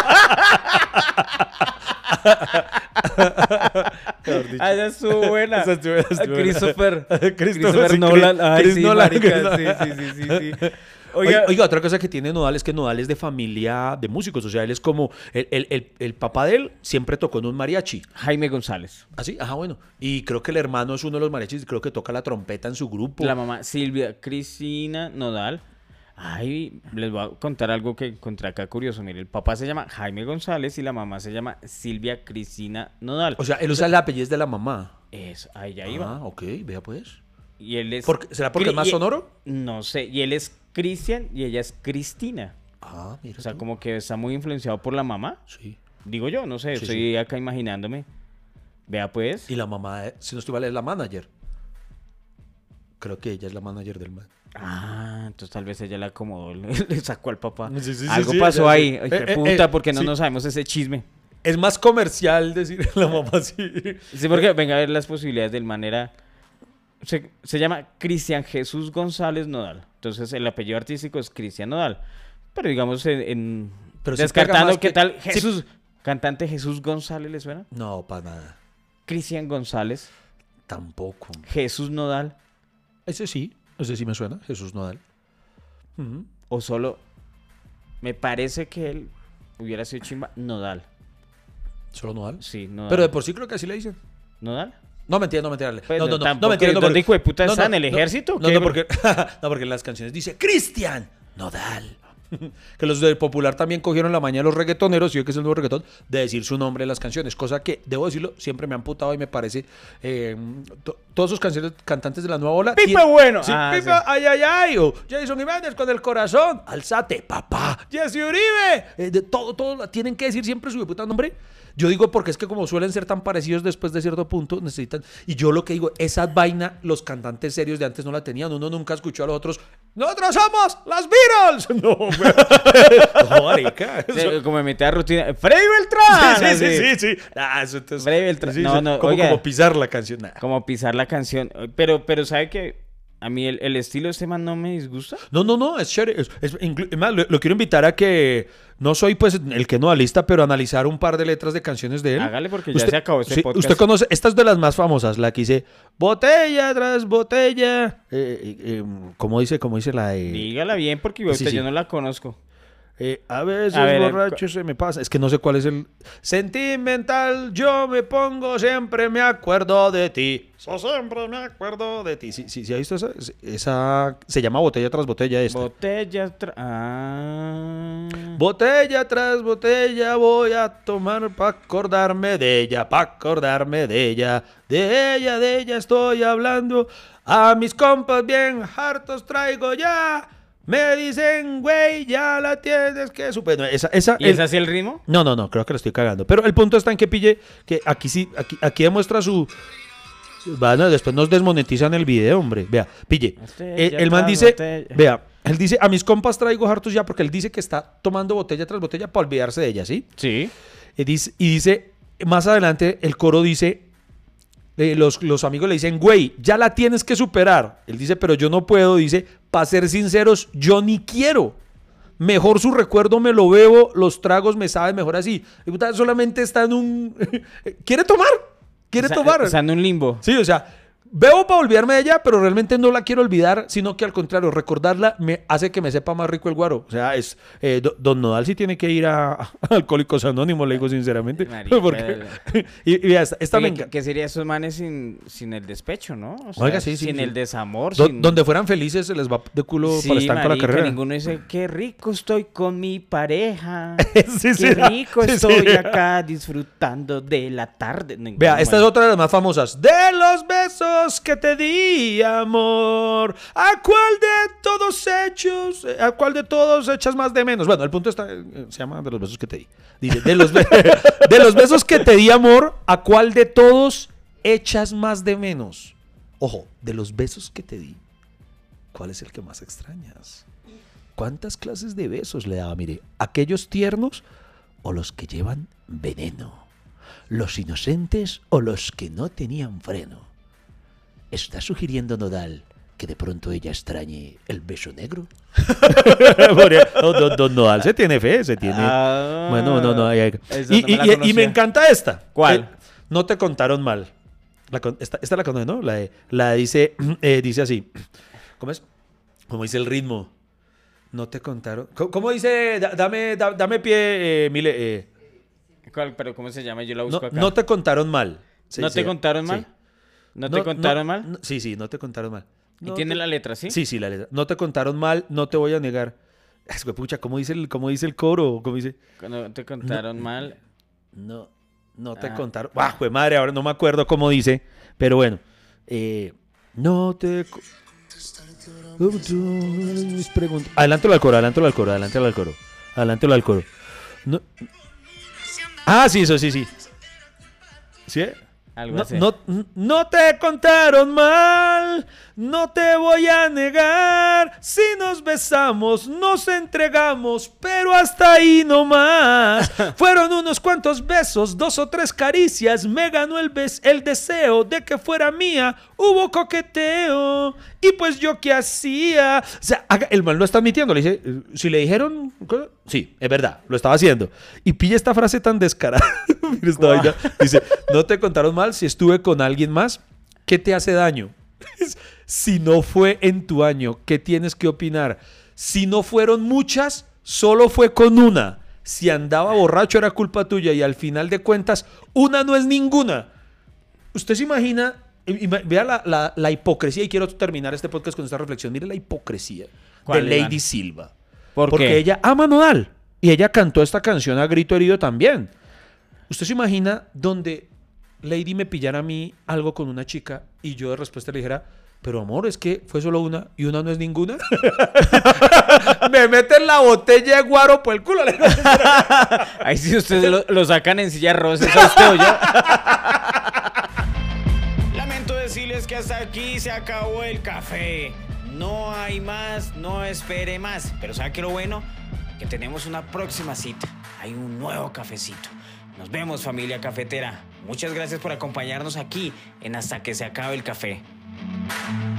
Ah, esa estuvo buena. Esa estuvo- esa estuvo buena. Christopher. Christopher, Christopher sí, Nolan. Chris- Ay, Chris sí, Nolan, marica, Chris sí, Nolan. sí, sí, sí, sí. Oiga, Oiga, oiga, otra cosa que tiene Nodal es que Nodal es de familia de músicos. O sea, él es como. El, el, el, el papá de él siempre tocó en un mariachi. Jaime González. ¿Ah, sí? Ajá, bueno. Y creo que el hermano es uno de los mariachis. Creo que toca la trompeta en su grupo. La mamá Silvia Cristina Nodal. Ay, les voy a contar algo que encontré acá curioso. Mire, el papá se llama Jaime González y la mamá se llama Silvia Cristina Nodal. O sea, él usa el apellido de la mamá. Eso, ahí ya iba. Ah, ok, vea pues. Y él es. ¿Por qué- ¿Será porque Cri- es más y- sonoro? No sé. Y él es Cristian y ella es Cristina. Ah, mira. O sea, tú. como que está muy influenciado por la mamá. Sí. Digo yo, no sé. Sí, estoy sí. acá imaginándome. Vea pues. Y la mamá, eh, si no estoy mal, es la manager. Creo que ella es la manager del man. Ah, entonces tal vez ella le acomodó, le, le sacó al papá. Sí, sí, sí, Algo sí, pasó ella sí. ahí. Ay, Eh, qué eh, puta, eh, porque no sí. nos sabemos ese chisme. Es más comercial decir la mamá sí. Sí, porque venga a ver las posibilidades del manera. Se, se llama Cristian Jesús González Nodal. Entonces el apellido artístico es Cristian Nodal. Pero digamos, en, en- Pero sí pega descartando más qué que- tal sí. Jesús, cantante Jesús González, ¿le suena? No, para nada. Cristian González, Tampoco. Jesús Nodal, Ese sí, ese sí me suena, Jesús Nodal. Ujú. o solo, me parece que él hubiera sido chimba, Nodal. Solo Nodal. Sí, Nodal. Pero de por sí creo que así le dicen. ¿Nodal? No, mentira, no mentira. Pues, no, no, no, tampoco, no mentira. No, ¿dónde porque- hijo de puta no, está? no, ¿En el no, ejército? No, ¿Qué? no, porque, no, porque en las canciones dice Cristian Nodal. Que los de Popular también cogieron la maña de los reggaetoneros, y yo que es el nuevo reggaetón, de decir su nombre en las canciones. Cosa que, debo decirlo, siempre me han putado y me parece. Eh, to- todos sus canciones, cantantes de la nueva ola. Pipe tien- Bueno. Sí, Ah, Pipe, sí. ay, ay, ay. O Jason Ibáñez con el corazón. Alzate, papá. Jesse Uribe. Eh, de todo, todo. Tienen que decir siempre su puta nombre. Yo digo porque es que como suelen ser tan parecidos después de cierto punto, necesitan... Y yo lo que digo, esa vaina los cantantes serios de antes no la tenían. Uno nunca escuchó a los otros, ¡nosotros somos las Beatles! No, güey. No, marica. Sí, Eso- como me metí a rutina. ¡Freddy Beltrán! Sí, sí, sí, Así. sí, sí. Ah, eso entonces... Freddy Beltrán. Sí, No, sí, no, como, oiga. como pisar la canción. Nah. Como pisar la canción. Pero, pero ¿sabe que a mí el, el estilo de este man no me disgusta? No, no, no, es chévere. Es, es- inclu- es más, lo, lo quiero invitar a que... No soy pues el que no alista, pero analizar un par de letras de canciones de él. Hágale porque ya se acabó este sí, podcast. Usted conoce, esta es de las más famosas, la que dice botella tras botella. Eh, eh, eh, ¿Cómo dice? ¿Cómo dice la de...? Dígala bien porque Sí, ahorita sí. yo no la conozco. Eh, a veces A ver, borracho se me pasa. Es que no sé cuál es el... Sentimental, yo me pongo, siempre me acuerdo de ti. So, siempre me acuerdo de ti. ¿Sí, sí, sí ha visto esa? Esa se llama botella tras botella esta. Botella tra- Ah. Botella tras botella voy a tomar pa' acordarme de ella, pa' acordarme de ella, de ella, de ella estoy hablando. A mis compas bien hartos traigo ya, me dicen, güey, ya la tienes que super... No, esa, esa, ¿Y el- es así el ritmo? No, no, no, creo que la estoy cagando. Pero el punto está en que pille, que aquí sí, aquí, aquí demuestra su... Bueno, después nos desmonetizan el video, hombre. Vea, pille. Botella El, el man tras dice, botella. vea, él dice, a mis compas traigo hartos ya, porque él dice que está tomando botella tras botella para olvidarse de ella, ¿sí? Sí. Y dice, y dice, más adelante, el coro dice, eh, los, los amigos le dicen, güey, ya la tienes que superar. Él dice, pero yo no puedo. Dice, para ser sinceros, yo ni quiero. Mejor su recuerdo me lo bebo, los tragos me saben mejor así. Y puta, solamente está en un... ¿Quiere tomar? ¿Quiere o sea, tomar? O sea, en un limbo. Sí, o sea, bebo para olvidarme de ella, pero realmente no la quiero olvidar, sino que al contrario, recordarla me hace que me sepa más rico el guaro. O sea, es eh, do, Don Nodal sí tiene que ir a, a Alcohólicos Anónimos, le digo sinceramente. Marica, porque, y, y esta, esta Oye, me ¿qué, enca- ¿Qué sería esos manes sin, sin el despecho, no? O sea, Oiga, sí, sí, sin sí. el desamor. Do- sin... Donde fueran felices se les va de culo Sí, para estar con la marica, carrera. ninguno dice, qué rico estoy con mi pareja. Sí, sí, Qué rico sí, estoy sí. acá disfrutando de la tarde. Ninguno, Vea, esta es marica. otra de las más famosas. De los besos que te di, amor, ¿a cuál de todos hechos, a cuál de todos echas más de menos? Bueno, el punto está, eh, se llama de los besos que te di. Dice, de los, be- de los besos que te di, amor, ¿a cuál de todos echas más de menos? Ojo, de los besos que te di, ¿cuál es el que más extrañas? ¿Cuántas clases de besos le daba? Mire, aquellos tiernos o los que llevan veneno, los inocentes o los que no tenían freno. ¿Está sugiriendo Nodal que de pronto ella extrañe el beso negro? don, don- don Nodal se tiene fe, se tiene... Ah, bueno, no, no. hay- hay- esa Y, no me la y- y- y conocía. me encanta esta. ¿Cuál? Eh, no te contaron mal. La con- esta, esta la conoce, ¿no? La, de- la dice, eh, dice así. ¿Cómo es? ¿Cómo dice el ritmo? No te contaron. ¿Cómo, cómo dice? Da- dame, da- dame pie, eh, Mile. eh. ¿Cuál? ¿Pero cómo se llama? Yo la No, busco acá. no te contaron mal. Sí, ¿No sí, te contaron sí. mal? ¿No, te contaron no, mal? no, sí, sí, no te contaron mal. ¿Y No tiene te- la letra, sí? Sí, sí, la letra. No te contaron mal, no te voy a negar. Es que, pucha, ¿cómo dice el, cómo dice el coro? ¿Cómo dice? ¿No te contaron mal? No, no te Ah. contaron. ¡Ah, jue madre! Ahora no me acuerdo cómo dice. Pero bueno. Eh, no te... co- Mis preguntas. Adelántalo al coro, adelántalo al coro, adelántalo al coro. Adelántalo al coro. No... Ah, sí, eso sí, sí. ¿Sí? Algo No, así. no, no te contaron mal, no te voy a negar. Si nos besamos, nos entregamos, pero hasta ahí no más. Fueron unos cuantos besos, dos o tres caricias. Me ganó el, bes el deseo de que fuera mía. Hubo coqueteo. Y pues yo qué hacía. O sea, haga- el mal lo está admitiendo. Le dice, eh, si le dijeron, ¿qué? Sí, es verdad, lo estaba haciendo. Y pilla esta frase tan descarada. Mira esta vaina. Dice, no te contaron mal si estuve con alguien más. ¿Qué te hace daño? Si no fue en tu año, ¿qué tienes que opinar? Si no fueron muchas, solo fue con una. Si andaba borracho era culpa tuya y al final de cuentas, una no es ninguna. ¿Usted se imagina? y- y Vea la, la- la hipocresía, y quiero terminar este podcast con esta reflexión. Mire la hipocresía de ¿Cuál, Lady Iván? Silva. ¿Por Porque qué? ella ama a Nodal y ella cantó esta canción a grito herido también. ¿Usted se imagina donde Lady me pillara a mí algo con una chica y yo de respuesta le dijera, pero amor, es que fue solo una y una no es ninguna? Me meten la botella de guaro por el culo. Ahí sí ustedes lo, lo sacan en silla rosa. ¿Es a usted o yo? Lamento decirles que hasta aquí se acabó el café. No hay más, no espere más. Pero ¿sabe qué es lo bueno? Que tenemos una próxima cita. Hay un nuevo cafecito. Nos vemos, familia cafetera. Muchas gracias por acompañarnos aquí en Hasta que se acabe el café.